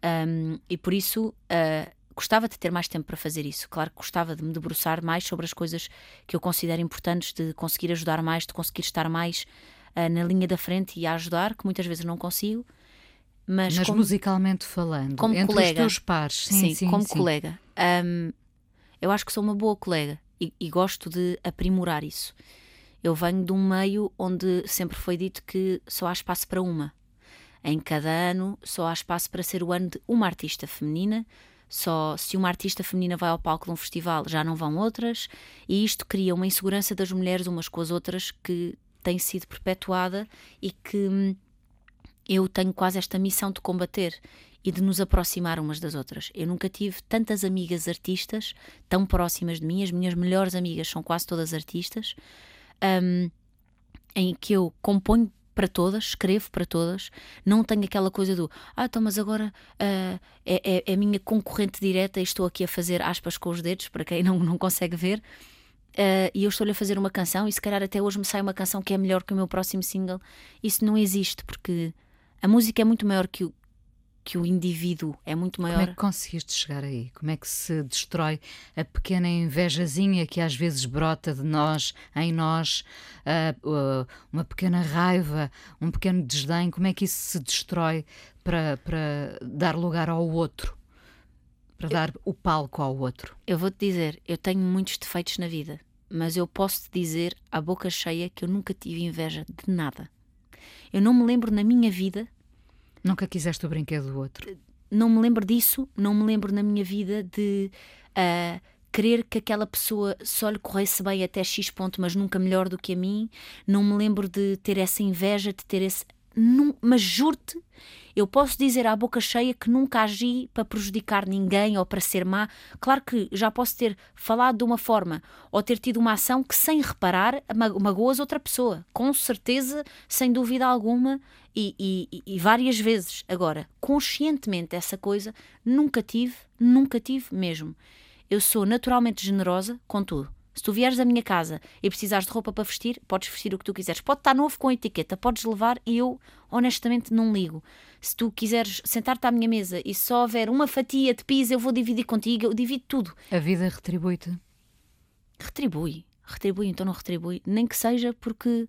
Um, e por isso uh, gostava de ter mais tempo para fazer isso. Claro que gostava de me debruçar mais sobre as coisas que eu considero importantes, de conseguir ajudar mais, de conseguir estar mais uh, na linha da frente e a ajudar, que muitas vezes não consigo. Mas, mas como, musicalmente falando, como entre colega, os teus pares, sim, sim, sim como sim. colega, um, eu acho que sou uma boa colega e, e gosto de aprimorar isso. Eu venho de um meio onde sempre foi dito que só há espaço para uma. Em cada ano só há espaço para ser o ano de uma artista feminina. Só se uma artista feminina vai ao palco de um festival, já não vão outras, e isto cria uma insegurança das mulheres umas com as outras que tem sido perpetuada e que hum, eu tenho quase esta missão de combater e de nos aproximar umas das outras. Eu nunca tive tantas amigas artistas tão próximas de mim, as minhas melhores amigas são quase todas artistas, hum, em que eu componho para todas, escrevo para todas, não tenho aquela coisa do ah, então mas agora uh, é, é, é a minha concorrente direta e estou aqui a fazer aspas com os dedos, para quem não, não consegue ver, uh, e eu estou-lhe a fazer uma canção e se calhar até hoje me sai uma canção que é melhor que o meu próximo single. Isso não existe, porque a música é muito maior que o, que o indivíduo, é muito maior. Como é que conseguiste chegar aí? Como é que se destrói a pequena invejazinha que às vezes brota de nós, em nós, uh, uh, uma pequena raiva, um pequeno desdém? Como é que isso se destrói para, para dar lugar ao outro? Para eu, dar o palco ao outro? Eu vou-te dizer, eu tenho muitos defeitos na vida, mas eu posso-te dizer à boca cheia que eu nunca tive inveja de nada. Eu não me lembro na minha vida... Nunca quiseste o brinquedo do outro? Não me lembro disso, não me lembro na minha vida de uh, querer que aquela pessoa só lhe corresse bem até X ponto, mas nunca melhor do que a mim. Não me lembro de ter essa inveja, de ter esse... Não, mas juro-te, eu posso dizer à boca cheia que nunca agi para prejudicar ninguém ou para ser má. Claro que já posso ter falado de uma forma ou ter tido uma ação que, sem reparar, magoas outra pessoa. Com certeza, sem dúvida alguma, e, e, e várias vezes. Agora, conscientemente essa coisa, nunca tive, nunca tive mesmo. Eu sou naturalmente generosa com tudo. Se tu vieres à minha casa e precisares de roupa para vestir, podes vestir o que tu quiseres. Pode estar novo com etiqueta, podes levar e eu, honestamente, não ligo. Se tu quiseres sentar-te à minha mesa e só houver uma fatia de pizza, eu vou dividir contigo, eu divido tudo. A vida retribui-te? Retribui. Retribui, então não retribui. Nem que seja porque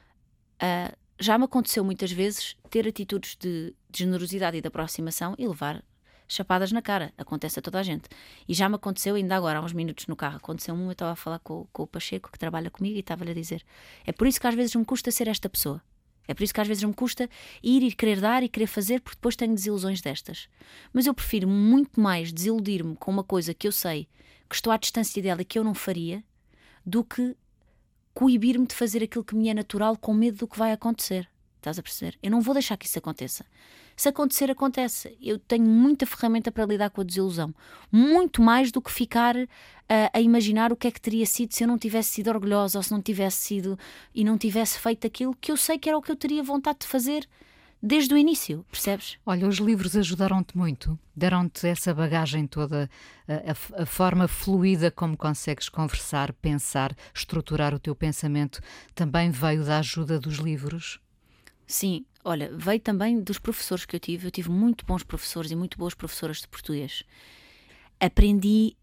uh, já me aconteceu muitas vezes ter atitudes de, de generosidade e de aproximação e levar chapadas na cara, acontece a toda a gente. E já me aconteceu, ainda agora, há uns minutos no carro, aconteceu-me, eu estava a falar com, com o Pacheco, que trabalha comigo, e estava-lhe a dizer, é por isso que às vezes me custa ser esta pessoa, é por isso que às vezes me custa ir e querer dar e querer fazer, porque depois tenho desilusões destas. Mas eu prefiro muito mais desiludir-me com uma coisa que eu sei que estou à distância dela e que eu não faria, do que coibir-me de fazer aquilo que me é natural com medo do que vai acontecer. Estás a perceber? Eu não vou deixar que isso aconteça. Se acontecer, acontece. Eu tenho muita ferramenta para lidar com a desilusão. Muito mais do que ficar uh, a imaginar o que é que teria sido se eu não tivesse sido orgulhosa ou se não tivesse sido e não tivesse feito aquilo que eu sei que era o que eu teria vontade de fazer desde o início, percebes? Olha, os livros ajudaram-te muito? Deram-te essa bagagem toda, a, a, a forma fluida como consegues conversar, pensar, estruturar o teu pensamento, também veio da ajuda dos livros? Sim, olha, veio também dos professores que eu tive. Eu tive muito bons professores e muito boas professoras de português. Aprendi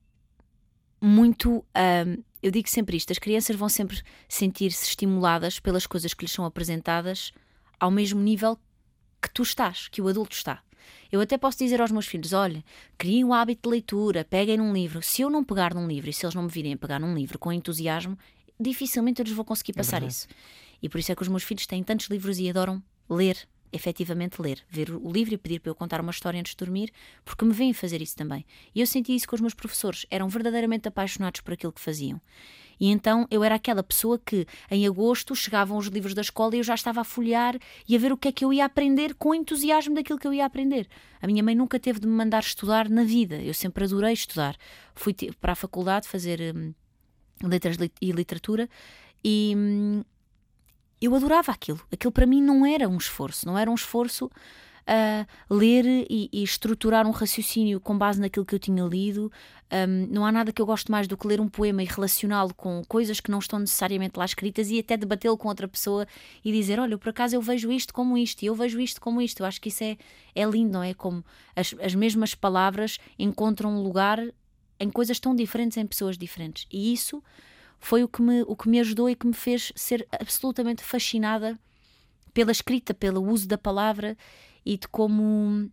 muito, hum, eu digo sempre isto, as crianças vão sempre sentir-se estimuladas pelas coisas que lhes são apresentadas ao mesmo nível que tu estás, que o adulto está. Eu até posso dizer aos meus filhos, olha, criem um hábito de leitura, peguem num livro. Se eu não pegar num livro e se eles não me virem a pegar num livro com entusiasmo, dificilmente eu lhes vou conseguir passar é isso. E por isso é que os meus filhos têm tantos livros e adoram ler. efetivamente ler, ver o livro e pedir para eu contar uma história antes de dormir, porque me veem fazer isso também. E eu senti isso com os meus professores, eram verdadeiramente apaixonados por aquilo que faziam. E então eu era aquela pessoa que em agosto chegavam os livros da escola e eu já estava a folhear e a ver o que é que eu ia aprender com entusiasmo daquilo que eu ia aprender. A minha mãe nunca teve de me mandar estudar na vida, eu sempre adorei estudar. Fui para a faculdade fazer hum, letras e literatura e hum, eu adorava aquilo. Aquilo para mim não era um esforço, não era um esforço a ler e, e estruturar um raciocínio com base naquilo que eu tinha lido. Um, não há nada que eu goste mais do que ler um poema e relacioná-lo com coisas que não estão necessariamente lá escritas e até debatê-lo com outra pessoa e dizer, olha, por acaso eu vejo isto como isto e eu vejo isto como isto. Eu acho que isso é, é lindo, não é? Como as, as mesmas palavras encontram um lugar em coisas tão diferentes, em pessoas diferentes. E isso foi o que me, o que me ajudou e que me fez ser absolutamente fascinada pela escrita, pelo uso da palavra e de como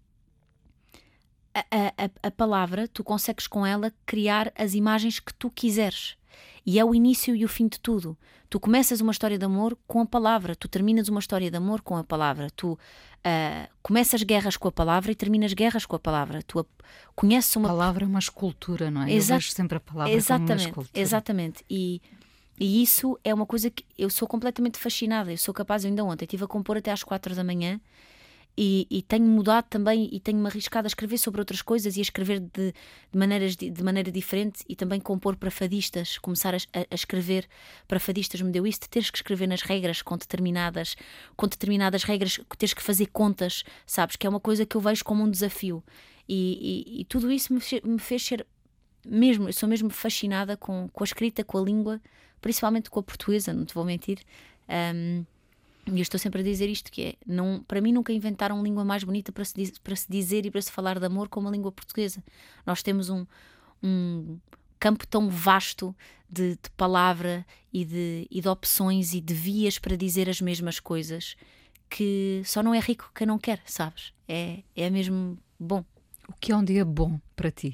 a, a, a palavra, tu consegues com ela criar as imagens que tu quiseres. E é o início e o fim de tudo. Tu começas uma história de amor com a palavra, tu terminas uma história de amor com a palavra, tu uh, começas guerras com a palavra e terminas guerras com a palavra. Tu a, conheces uma... A palavra é uma escultura, não é? Exa... Eu vejo sempre a palavra exatamente, como uma escultura. Exatamente. E, e isso é uma coisa que eu sou completamente fascinada. Eu sou capaz, ainda ontem, estive a compor até às quatro da manhã. E, e tenho mudado também e tenho-me arriscado a escrever sobre outras coisas e a escrever de, de, maneiras, de, de maneira diferente e também compor para fadistas, começar a, a escrever para fadistas me deu isso de teres que escrever nas regras com determinadas, com determinadas regras, teres que fazer contas, sabes, que é uma coisa que eu vejo como um desafio e, e, e tudo isso me, me fez ser mesmo, eu sou mesmo fascinada com, com a escrita, com a língua, principalmente com a portuguesa, não te vou mentir. um, E eu estou sempre a dizer isto, que é, não, para mim nunca inventaram língua mais bonita para se, diz, para se dizer e para se falar de amor como a língua portuguesa. Nós temos um, um campo tão vasto de, de palavra e de, e de opções e de vias para dizer as mesmas coisas, que só não é rico quem não quer, sabes? É, é mesmo bom. O que é um dia bom para ti?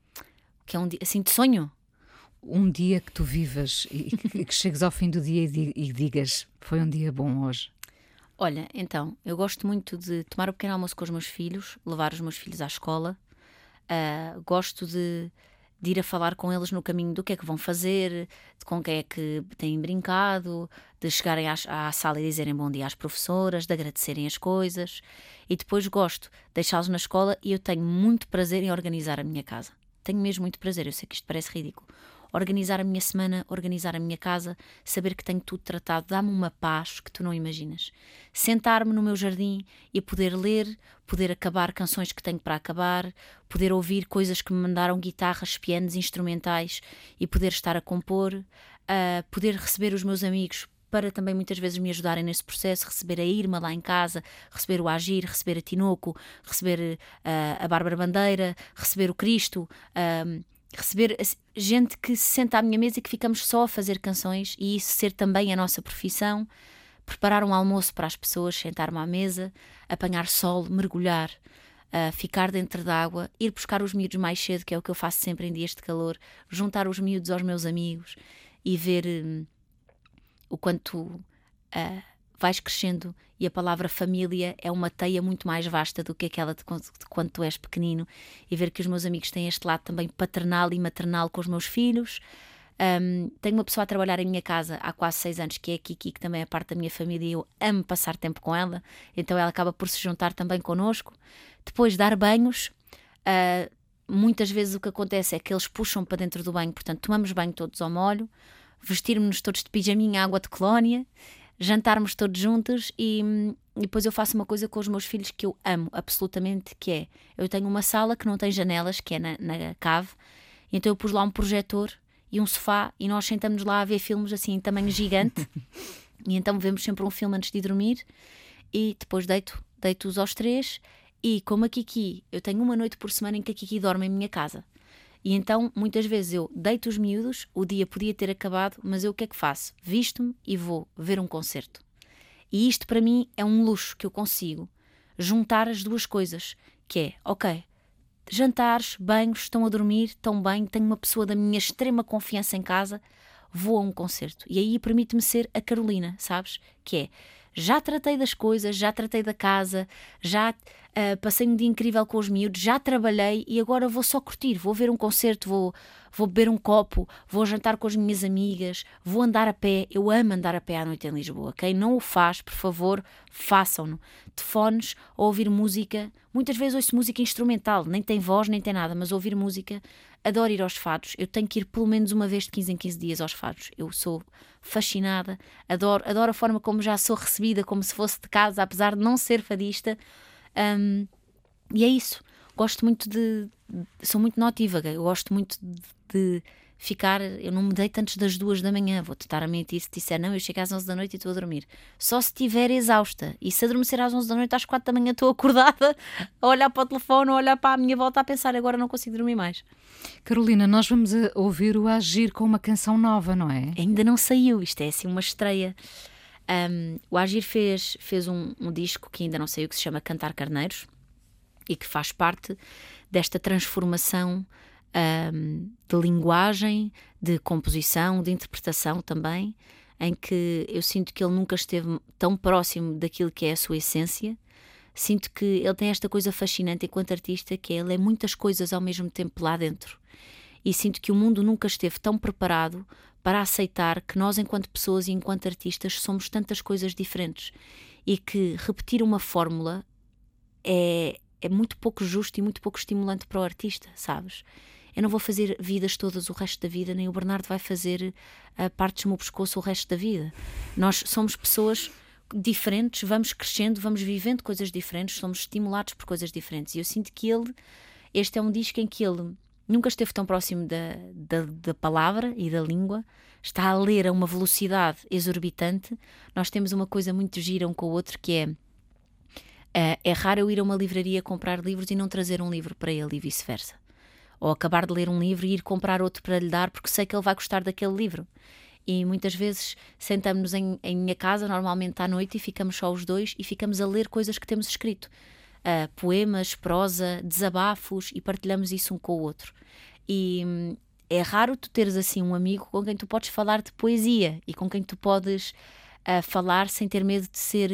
O que é um dia, assim, de sonho? Um dia que tu vivas e que chegues ao fim do dia e digas, foi um dia bom hoje. Olha, então, eu gosto muito de tomar o pequeno almoço com os meus filhos, levar os meus filhos à escola, uh, gosto de, de ir a falar com eles no caminho do que é que vão fazer, de com quem é que têm brincado, de chegarem à, à sala e dizerem bom dia às professoras, de agradecerem as coisas, e depois gosto de deixá-los na escola e eu tenho muito prazer em organizar a minha casa. Tenho mesmo muito prazer, eu sei que isto parece ridículo. Organizar a minha semana, organizar a minha casa, saber que tenho tudo tratado, dá-me uma paz que tu não imaginas. Sentar-me no meu jardim e poder ler, poder acabar canções que tenho para acabar, poder ouvir coisas que me mandaram, guitarras, pianos, instrumentais, e poder estar a compor, uh, poder receber os meus amigos para também muitas vezes me ajudarem nesse processo, receber a Irma lá em casa, receber o Agir, receber a Tinoco, receber uh, a Bárbara Bandeira, receber o Cristo, uh, receber gente que se senta à minha mesa e que ficamos só a fazer canções, e isso ser também a nossa profissão, preparar um almoço para as pessoas, sentar-me à mesa, apanhar sol, mergulhar, uh, ficar dentro d'água, ir buscar os miúdos mais cedo, que é o que eu faço sempre em dias de calor, juntar os miúdos aos meus amigos e ver um, o quanto uh, vais crescendo, e a palavra família é uma teia muito mais vasta do que aquela de quando tu és pequenino, e ver que os meus amigos têm este lado também paternal e maternal com os meus filhos. Um, tenho uma pessoa a trabalhar em minha casa há quase seis anos, que é a Kiki, que também é parte da minha família, e eu amo passar tempo com ela, então ela acaba por se juntar também connosco. Depois dar banhos, uh, muitas vezes o que acontece é que eles puxam para dentro do banho, portanto tomamos banho todos ao molho, vestirmos-nos todos de pijaminha, água de colónia, jantarmos todos juntos, e, e depois eu faço uma coisa com os meus filhos que eu amo absolutamente, que é, eu tenho uma sala que não tem janelas, que é na, na cave, então eu pus lá um projetor e um sofá e nós sentamos lá a ver filmes assim em tamanho gigante e então vemos sempre um filme antes de dormir, e depois deito, deito-os aos três, e como a Kiki, eu tenho uma noite por semana em que a Kiki dorme em minha casa. E então, muitas vezes eu deito os miúdos, o dia podia ter acabado, mas eu o que é que faço? Visto-me e vou ver um concerto. E isto para mim é um luxo que eu consigo juntar as duas coisas, que é, ok, jantares, banhos, estão a dormir, estão bem, tenho uma pessoa da minha extrema confiança em casa, vou a um concerto. E aí permite-me ser a Carolina, sabes? Que é já tratei das coisas, já tratei da casa, já uh, passei um dia incrível com os miúdos, já trabalhei e agora vou só curtir, vou ver um concerto, vou, vou beber um copo, vou jantar com as minhas amigas, vou andar a pé. Eu amo andar a pé à noite em Lisboa. Quem não o faz, por favor, façam-no. De fones, ou ouvir música. Muitas vezes ouço música instrumental, nem tem voz, nem tem nada, mas ouvir música. Adoro ir aos fados. Eu tenho que ir pelo menos uma vez de quinze em quinze dias aos fados. Eu sou fascinada, adoro, adoro a forma como já sou recebida, como se fosse de casa, apesar de não ser fadista. Um, e é isso. Gosto muito de... Sou muito notívaga. Eu gosto muito de, de ficar... Eu não me deito antes das duas da manhã. Vou-te estar a mentir se disser não, eu chego às onze da noite e estou a dormir. Só se estiver exausta. E se adormecer às onze da noite, às quatro da manhã estou acordada a olhar para o telefone, a olhar para a minha volta, a pensar agora não consigo dormir mais. Carolina, nós vamos ouvir o Agir com uma canção nova, não é? Ainda não saiu. Isto é assim uma estreia. Um, o Agir fez, fez um, um disco que ainda não saiu, que se chama Cantar Carneiros e que faz parte desta transformação um, de linguagem, de composição, de interpretação também, em que eu sinto que ele nunca esteve tão próximo daquilo que é a sua essência. Sinto que ele tem esta coisa fascinante enquanto artista, que é, ele é muitas coisas ao mesmo tempo lá dentro. E sinto que o mundo nunca esteve tão preparado para aceitar que nós, enquanto pessoas e enquanto artistas, somos tantas coisas diferentes. E que repetir uma fórmula é, é muito pouco justo e muito pouco estimulante para o artista, sabes? Eu não vou fazer vidas todas o resto da vida, nem o Bernardo vai fazer uh, partes do meu pescoço o resto da vida. Nós somos pessoas diferentes, vamos crescendo, vamos vivendo coisas diferentes, somos estimulados por coisas diferentes. E eu sinto que ele, este é um disco em que ele nunca esteve tão próximo da, da, da palavra e da língua, está a ler a uma velocidade exorbitante. Nós temos uma coisa muito gira um com o outro, que é uh, é raro eu ir a uma livraria comprar livros e não trazer um livro para ele e vice-versa. Ou acabar de ler um livro e ir comprar outro para lhe dar porque sei que ele vai gostar daquele livro. E muitas vezes sentamos-nos em, em minha casa, normalmente à noite, e ficamos só os dois e ficamos a ler coisas que temos escrito. Uh, poemas, prosa, desabafos, e partilhamos isso um com o outro. E hum, é raro tu teres assim um amigo com quem tu podes falar de poesia e com quem tu podes uh, falar sem ter medo de ser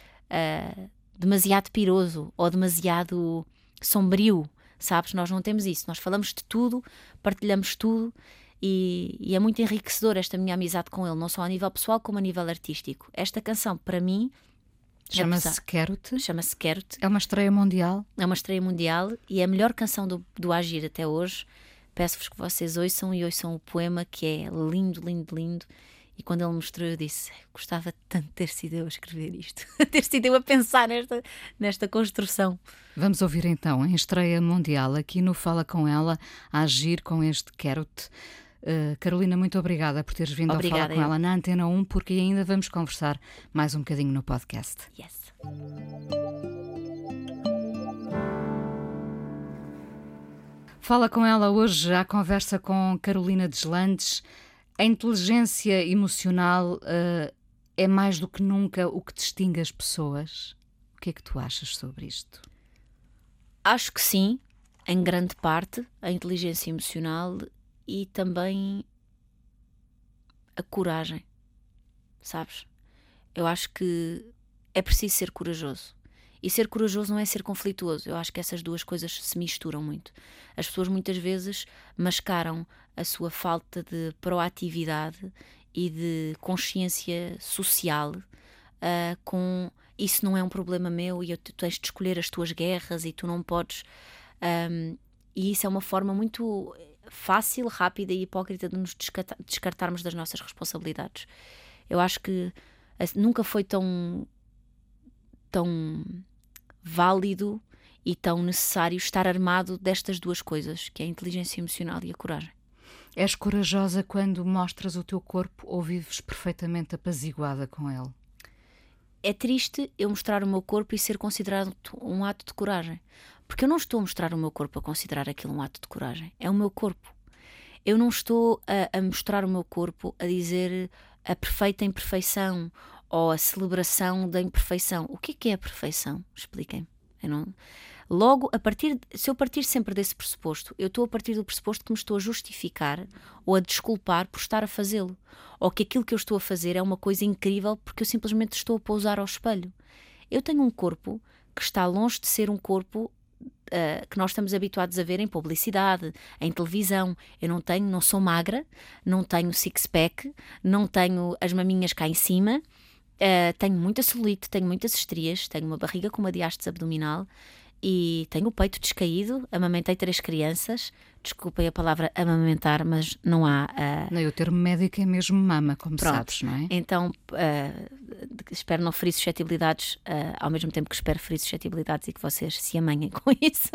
uh, demasiado piroso ou demasiado sombrio, sabes? Nós não temos isso. Nós falamos de tudo, partilhamos tudo. E, e é muito enriquecedor esta minha amizade com ele, não só a nível pessoal como a nível artístico. Esta canção, para mim, chama-se Quero-te. Chama-se Quero-te. É uma estreia mundial. É uma estreia mundial e é a melhor canção do, do Agir até hoje. Peço-vos que vocês ouçam e ouçam o poema, que é lindo, lindo, lindo. E quando ele mostrou, eu disse, gostava tanto de ter sido eu a escrever isto, ter sido eu a pensar nesta, nesta construção. Vamos ouvir então, em estreia mundial, aqui no Fala Com Ela, a Agir com este Quero-te. Uh, Carolina, muito obrigada por teres vindo Obrigada, ao Fala Com eu. Ela na Antena um, porque ainda vamos conversar mais um bocadinho no podcast. Yes. Fala Com Ela hoje, à conversa com Carolina Deslandes. A inteligência emocional uh, é mais do que nunca o que distingue as pessoas? O que é que tu achas sobre isto? Acho que sim, em grande parte, a inteligência emocional e também a coragem, sabes? Eu acho que é preciso ser corajoso. E ser corajoso não é ser conflituoso. Eu acho que essas duas coisas se misturam muito. As pessoas muitas vezes mascaram a sua falta de proatividade e de consciência social uh, com isso não é um problema meu e eu, tu tens de escolher as tuas guerras e tu não podes... Um, e isso é uma forma muito fácil, rápida e hipócrita de nos descartar, descartarmos das nossas responsabilidades. Eu acho que uh, nunca foi tão... tão válido e tão necessário estar armado destas duas coisas, que é a inteligência emocional e a coragem. És corajosa quando mostras o teu corpo ou vives perfeitamente apaziguada com ele? É triste eu mostrar o meu corpo e ser considerado um ato de coragem, porque eu não estou a mostrar o meu corpo a considerar aquilo um ato de coragem, é o meu corpo. Eu não estou a, a mostrar o meu corpo a dizer a perfeita imperfeição ou a celebração da imperfeição. O que é que é a perfeição? Expliquem-me. Eu não... Logo, a partir, se eu partir sempre desse pressuposto, eu estou a partir do pressuposto que me estou a justificar ou a desculpar por estar a fazê-lo. Ou que aquilo que eu estou a fazer é uma coisa incrível porque eu simplesmente estou a pousar ao espelho. Eu tenho um corpo que está longe de ser um corpo uh, que nós estamos habituados a ver em publicidade, em televisão. Eu não tenho, não sou magra, não tenho six-pack, não tenho as maminhas cá em cima, uh, tenho muita celulite, tenho muitas estrias, tenho uma barriga com uma diástase abdominal e tenho o peito descaído, amamentei três crianças. Desculpem a palavra amamentar, mas não há... Uh... Não, o termo médico é mesmo mama, como Pronto. sabes, não é? Então, uh, espero não ferir suscetibilidades, uh, ao mesmo tempo que espero ferir suscetibilidades e que vocês se amanhem com isso.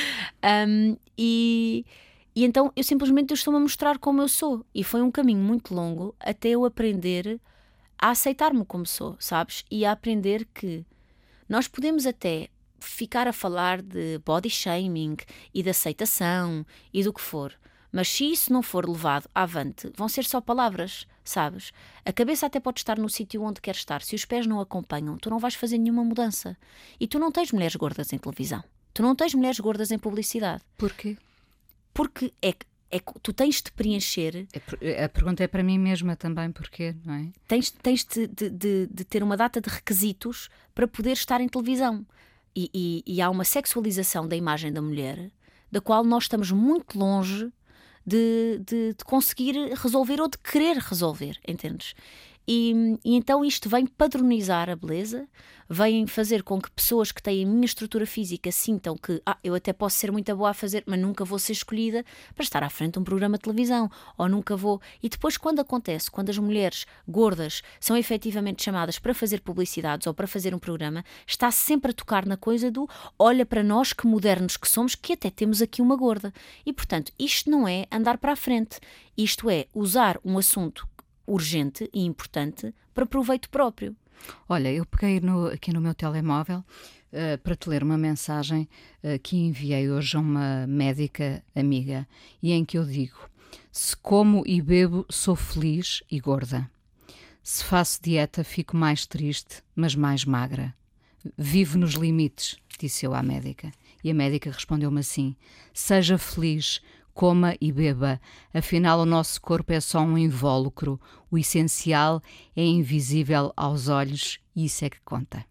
um, e, e então, eu simplesmente estou-me a mostrar como eu sou. E foi um caminho muito longo até eu aprender a aceitar-me como sou, sabes? E a aprender que nós podemos até ficar a falar de body shaming e de aceitação e do que for, mas se isso não for levado avante, vão ser só palavras, sabes? A cabeça até pode estar no sítio onde quer estar, se os pés não acompanham, tu não vais fazer nenhuma mudança. E tu não tens mulheres gordas em televisão, tu não tens mulheres gordas em publicidade. Porquê? Porque é que É que tu tens de preencher... A pergunta é para mim mesma também, porquê, não é? Tens, tens de, de, de, de ter uma data de requisitos para poder estar em televisão. E, e, e há uma sexualização da imagem da mulher, da qual nós estamos muito longe de, de, de conseguir resolver ou de querer resolver, entendes? E, e então isto vem padronizar a beleza, vem fazer com que pessoas que têm a minha estrutura física sintam que ah, eu até posso ser muito boa a fazer, mas nunca vou ser escolhida para estar à frente de um programa de televisão, ou nunca vou... E depois quando acontece, quando as mulheres gordas são efetivamente chamadas para fazer publicidades ou para fazer um programa, está sempre a tocar na coisa do olha para nós que modernos que somos, que até temos aqui uma gorda. E portanto, isto não é andar para a frente, isto é usar um assunto urgente e importante para proveito próprio. Olha, eu peguei no, aqui no meu telemóvel uh, para te ler uma mensagem uh, que enviei hoje a uma médica amiga e em que eu digo: se como e bebo sou feliz e gorda. Se faço dieta fico mais triste, mas mais magra. Vivo nos limites, disse eu à médica. E a médica respondeu-me assim: seja feliz, coma e beba, afinal o nosso corpo é só um invólucro, o essencial é invisível aos olhos e isso é que conta.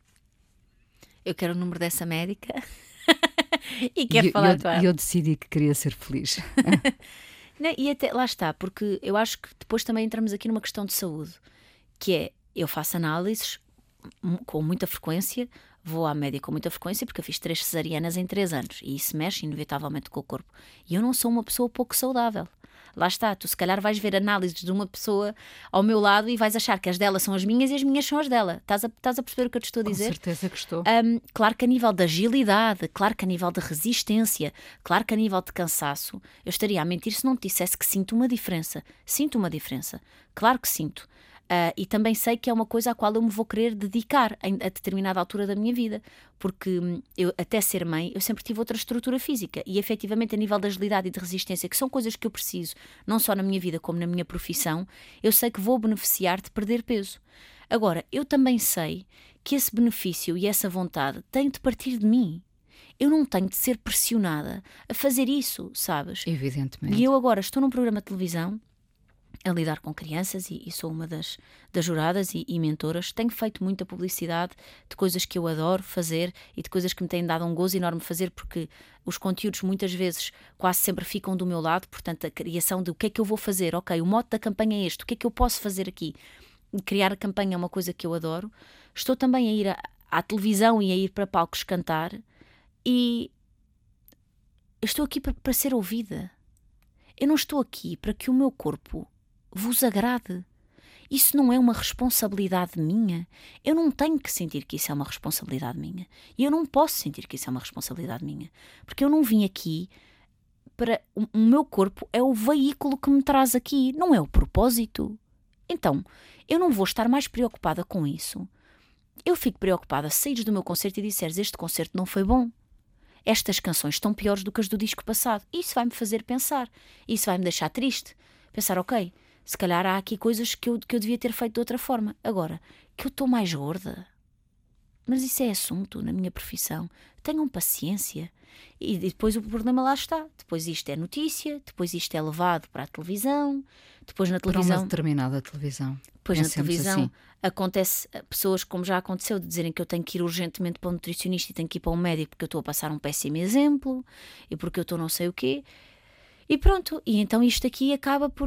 Eu quero o número dessa médica e quero e, falar eu, com ela. E eu decidi que queria ser feliz. Não, e até, lá está, porque eu acho que depois também entramos aqui numa questão de saúde, que é, eu faço análises com muita frequência, vou à médica com muita frequência porque eu fiz três cesarianas em três anos e isso mexe inevitavelmente com o corpo. E eu não sou uma pessoa pouco saudável. Lá está, tu se calhar vais ver análises de uma pessoa ao meu lado e vais achar que as dela são as minhas e as minhas são as dela. Estás a, estás a perceber o que eu te estou a dizer? Com certeza que estou. Um, claro que a nível de agilidade, claro que a nível de resistência, claro que a nível de cansaço, eu estaria a mentir se não te dissesse que sinto uma diferença. Sinto uma diferença. Claro que sinto. Uh, e também sei que é uma coisa à qual eu me vou querer dedicar em, a determinada altura da minha vida, porque eu, até ser mãe, eu sempre tive outra estrutura física e efetivamente a nível de agilidade e de resistência, que são coisas que eu preciso, não só na minha vida como na minha profissão, eu sei que vou beneficiar de perder peso. Agora, eu também sei que esse benefício e essa vontade têm de partir de mim. Eu não tenho de ser pressionada a fazer isso, sabes? Evidentemente. E eu agora estou num programa de televisão a lidar com crianças e, e sou uma das, das juradas e, e mentoras. Tenho feito muita publicidade de coisas que eu adoro fazer e de coisas que me têm dado um gozo enorme fazer, porque os conteúdos muitas vezes quase sempre ficam do meu lado, portanto a criação de o que é que eu vou fazer, ok, o mote da campanha é este, o que é que eu posso fazer aqui? Criar a campanha é uma coisa que eu adoro. Estou também a ir à, à televisão e a ir para palcos cantar e estou aqui para, para ser ouvida. Eu não estou aqui para que o meu corpo vos agrade. Isso não é uma responsabilidade minha. Eu não tenho que sentir que isso é uma responsabilidade minha. E eu não posso sentir que isso é uma responsabilidade minha. Porque eu não vim aqui para... O, o meu corpo é o veículo que me traz aqui, não é o propósito. Então, eu não vou estar mais preocupada com isso. Eu fico preocupada se saíres do meu concerto e disseres este concerto não foi bom. Estas canções estão piores do que as do disco passado. Isso vai-me fazer pensar. Isso vai-me deixar triste. Pensar, ok, se calhar há aqui coisas que eu, que eu devia ter feito de outra forma. Agora, que eu estou mais gorda. mas isso é assunto na minha profissão. Tenham paciência. E depois o problema lá está. Depois isto é notícia, depois isto é levado para a televisão, depois na televisão... Para uma determinada televisão. Depois é na televisão assim. Acontece pessoas, como já aconteceu, de dizerem que eu tenho que ir urgentemente para um nutricionista e tenho que ir para um médico porque eu estou a passar um péssimo exemplo e porque eu estou não sei o quê. E pronto, e então isto aqui acaba por...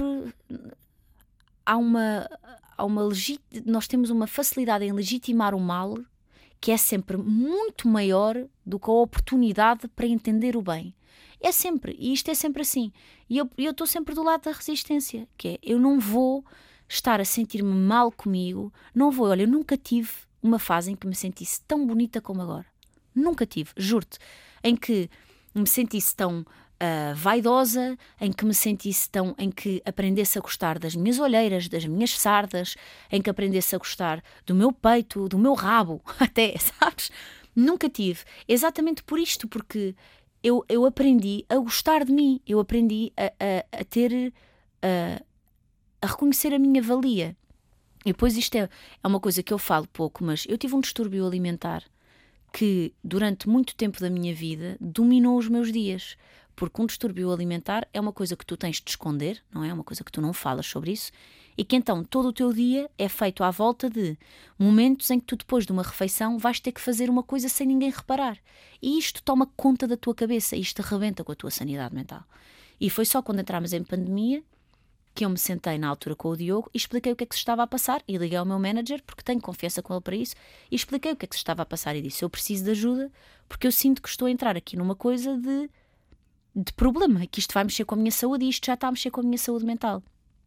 Há uma... Há uma legit... Nós temos uma facilidade em legitimar o mal que é sempre muito maior do que a oportunidade para entender o bem. É sempre, e isto é sempre assim. E eu eu estou sempre do lado da resistência, que é, eu não vou estar a sentir-me mal comigo, não vou, olha, eu nunca tive uma fase em que me sentisse tão bonita como agora. Nunca tive, juro-te, em que me sentisse tão uh, vaidosa, em que me sentisse tão, em que aprendesse a gostar das minhas olheiras, das minhas sardas, em que aprendesse a gostar do meu peito, do meu rabo, até, sabes? Nunca tive. Exatamente por isto, porque eu, eu aprendi a gostar de mim, eu aprendi a, a, a ter, a, a reconhecer a minha valia. E depois isto é, é uma coisa que eu falo pouco, mas eu tive um distúrbio alimentar que durante muito tempo da minha vida dominou os meus dias, porque um distúrbio alimentar é uma coisa que tu tens de esconder, não é? É uma coisa que tu não falas sobre isso, e que então todo o teu dia é feito à volta de momentos em que tu depois de uma refeição vais ter que fazer uma coisa sem ninguém reparar, e isto toma conta da tua cabeça, isto arrebenta com a tua sanidade mental. E foi só quando entramos em pandemia que eu me sentei na altura com o Diogo e expliquei o que é que se estava a passar, e liguei ao meu manager, porque tenho confiança com ele para isso, e expliquei o que é que se estava a passar e disse, eu preciso de ajuda, porque eu sinto que estou a entrar aqui numa coisa de, de problema, que isto vai mexer com a minha saúde e isto já está a mexer com a minha saúde mental.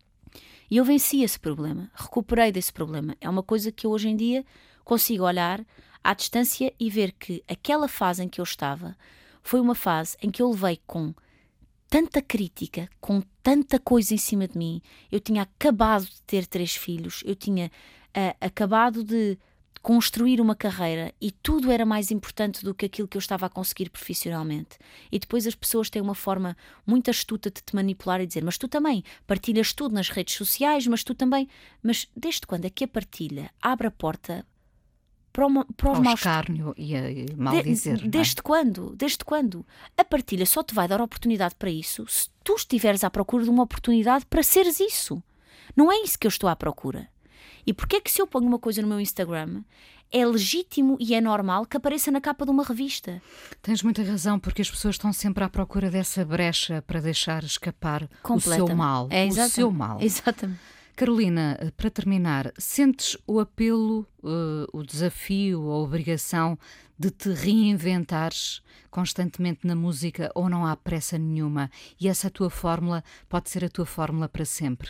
E eu venci esse problema, recuperei desse problema. É uma coisa que eu hoje em dia consigo olhar à distância e ver que aquela fase em que eu estava foi uma fase em que eu levei com tanta crítica, com tanta coisa em cima de mim. Eu tinha acabado de ter três filhos, eu tinha uh, acabado de construir uma carreira e tudo era mais importante do que aquilo que eu estava a conseguir profissionalmente. E depois as pessoas têm uma forma muito astuta de te manipular e dizer, mas tu também partilhas tudo nas redes sociais, mas tu também... Mas desde quando é que a partilha abre a porta para, uma, para os ao maus... escárnio e a mal dizer. De, desde quando? Desde quando? A partilha só te vai dar oportunidade para isso se tu estiveres à procura de uma oportunidade para seres isso. Não é isso que eu estou à procura. E porquê é que se eu ponho uma coisa no meu Instagram é legítimo e é normal que apareça na capa de uma revista? Tens muita razão, porque as pessoas estão sempre à procura dessa brecha para deixar escapar o seu mal. É, o seu mal. Exatamente. Carolina, para terminar, sentes o apelo, uh, o desafio, a obrigação de te reinventares constantemente na música, ou não há pressa nenhuma? E essa tua fórmula pode ser a tua fórmula para sempre?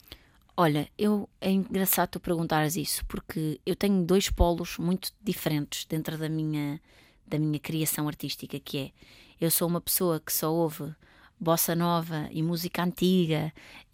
Olha, eu, é engraçado tu perguntares isso, porque eu tenho dois polos muito diferentes dentro da minha, da minha criação artística, que é, eu sou uma pessoa que só ouve bossa nova e música antiga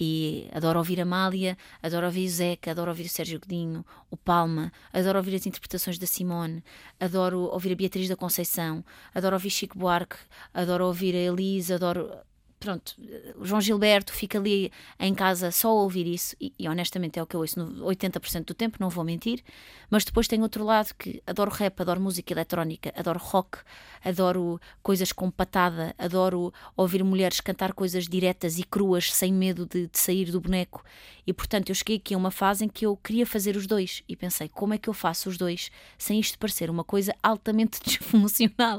e adoro ouvir a Amália, adoro ouvir o Zeca, adoro ouvir o Sérgio Godinho, o Palma, adoro ouvir as interpretações da Simone, adoro ouvir a Beatriz da Conceição, adoro ouvir Chico Buarque, adoro ouvir a Elisa, adoro... Pronto, o João Gilberto, fica ali em casa só a ouvir isso e, e honestamente é o que eu ouço no oitenta por cento do tempo, não vou mentir, mas depois tem outro lado que adoro rap, adoro música eletrónica, adoro rock, adoro coisas com patada, adoro ouvir mulheres cantar coisas diretas e cruas sem medo de, de sair do boneco, e portanto eu cheguei aqui a uma fase em que eu queria fazer os dois e pensei, como é que eu faço os dois sem isto parecer uma coisa altamente disfuncional?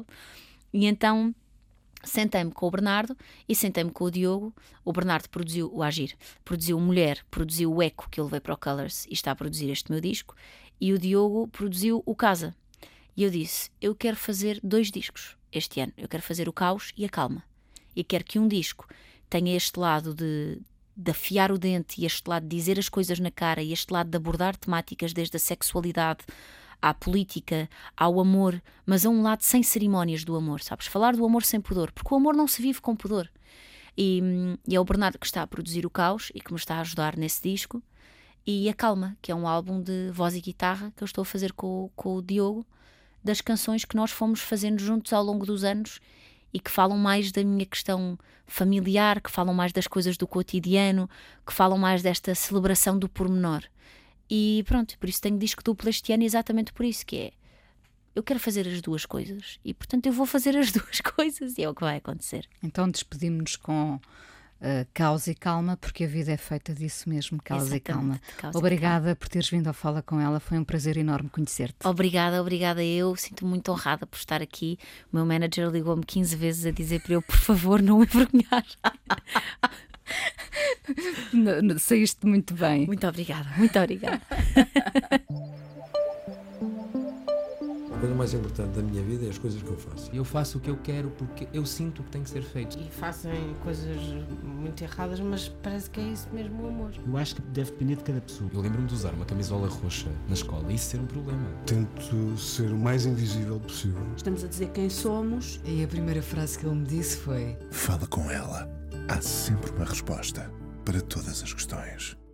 E então sentei-me com o Bernardo e sentei-me com o Diogo. O Bernardo produziu o Agir, produziu Mulher, produziu o Eco, que eu levei para o Colors e está a produzir este meu disco, e o Diogo produziu o Casa. E eu disse, eu quero fazer dois discos este ano, eu quero fazer o Caos e a Calma, e quero que um disco tenha este lado de, de afiar o dente e este lado de dizer as coisas na cara e este lado de abordar temáticas desde a sexualidade à política, ao amor, mas a um lado sem cerimónias do amor, sabes? Falar do amor sem pudor, porque o amor não se vive com pudor. E, e é o Bernardo que está a produzir o Caos e que me está a ajudar nesse disco, e a Calma, que é um álbum de voz e guitarra que eu estou a fazer com, com o Diogo, das canções que nós fomos fazendo juntos ao longo dos anos e que falam mais da minha questão familiar, que falam mais das coisas do cotidiano, que falam mais desta celebração do pormenor. E pronto, por isso tenho disco duplo este ano, exatamente por isso, que é eu quero fazer as duas coisas e, portanto, eu vou fazer as duas coisas e é o que vai acontecer. Então despedimos-nos com uh, causa e calma, porque a vida é feita disso mesmo, causa Exatamente, e calma. causa Obrigada e calma. por teres vindo ao Fala Com Ela, foi um prazer enorme conhecer-te. Obrigada, obrigada eu, sinto-me muito honrada por estar aqui. O meu manager ligou-me quinze vezes a dizer para eu, por favor, não envergonhar. Não, não, saíste muito bem. Muito obrigada, muito obrigada. A coisa mais importante da minha vida é as coisas que eu faço. Eu faço o que eu quero porque eu sinto que tem que ser feito. E fazem coisas muito erradas, mas parece que é isso mesmo o amor. Eu acho que deve depender de cada pessoa. Eu lembro-me de usar uma camisola roxa na escola e isso ser um problema. Tento ser o mais invisível possível. Estamos a dizer quem somos. E a primeira frase que ele me disse foi: Fala com ela. Há sempre uma resposta para todas as questões.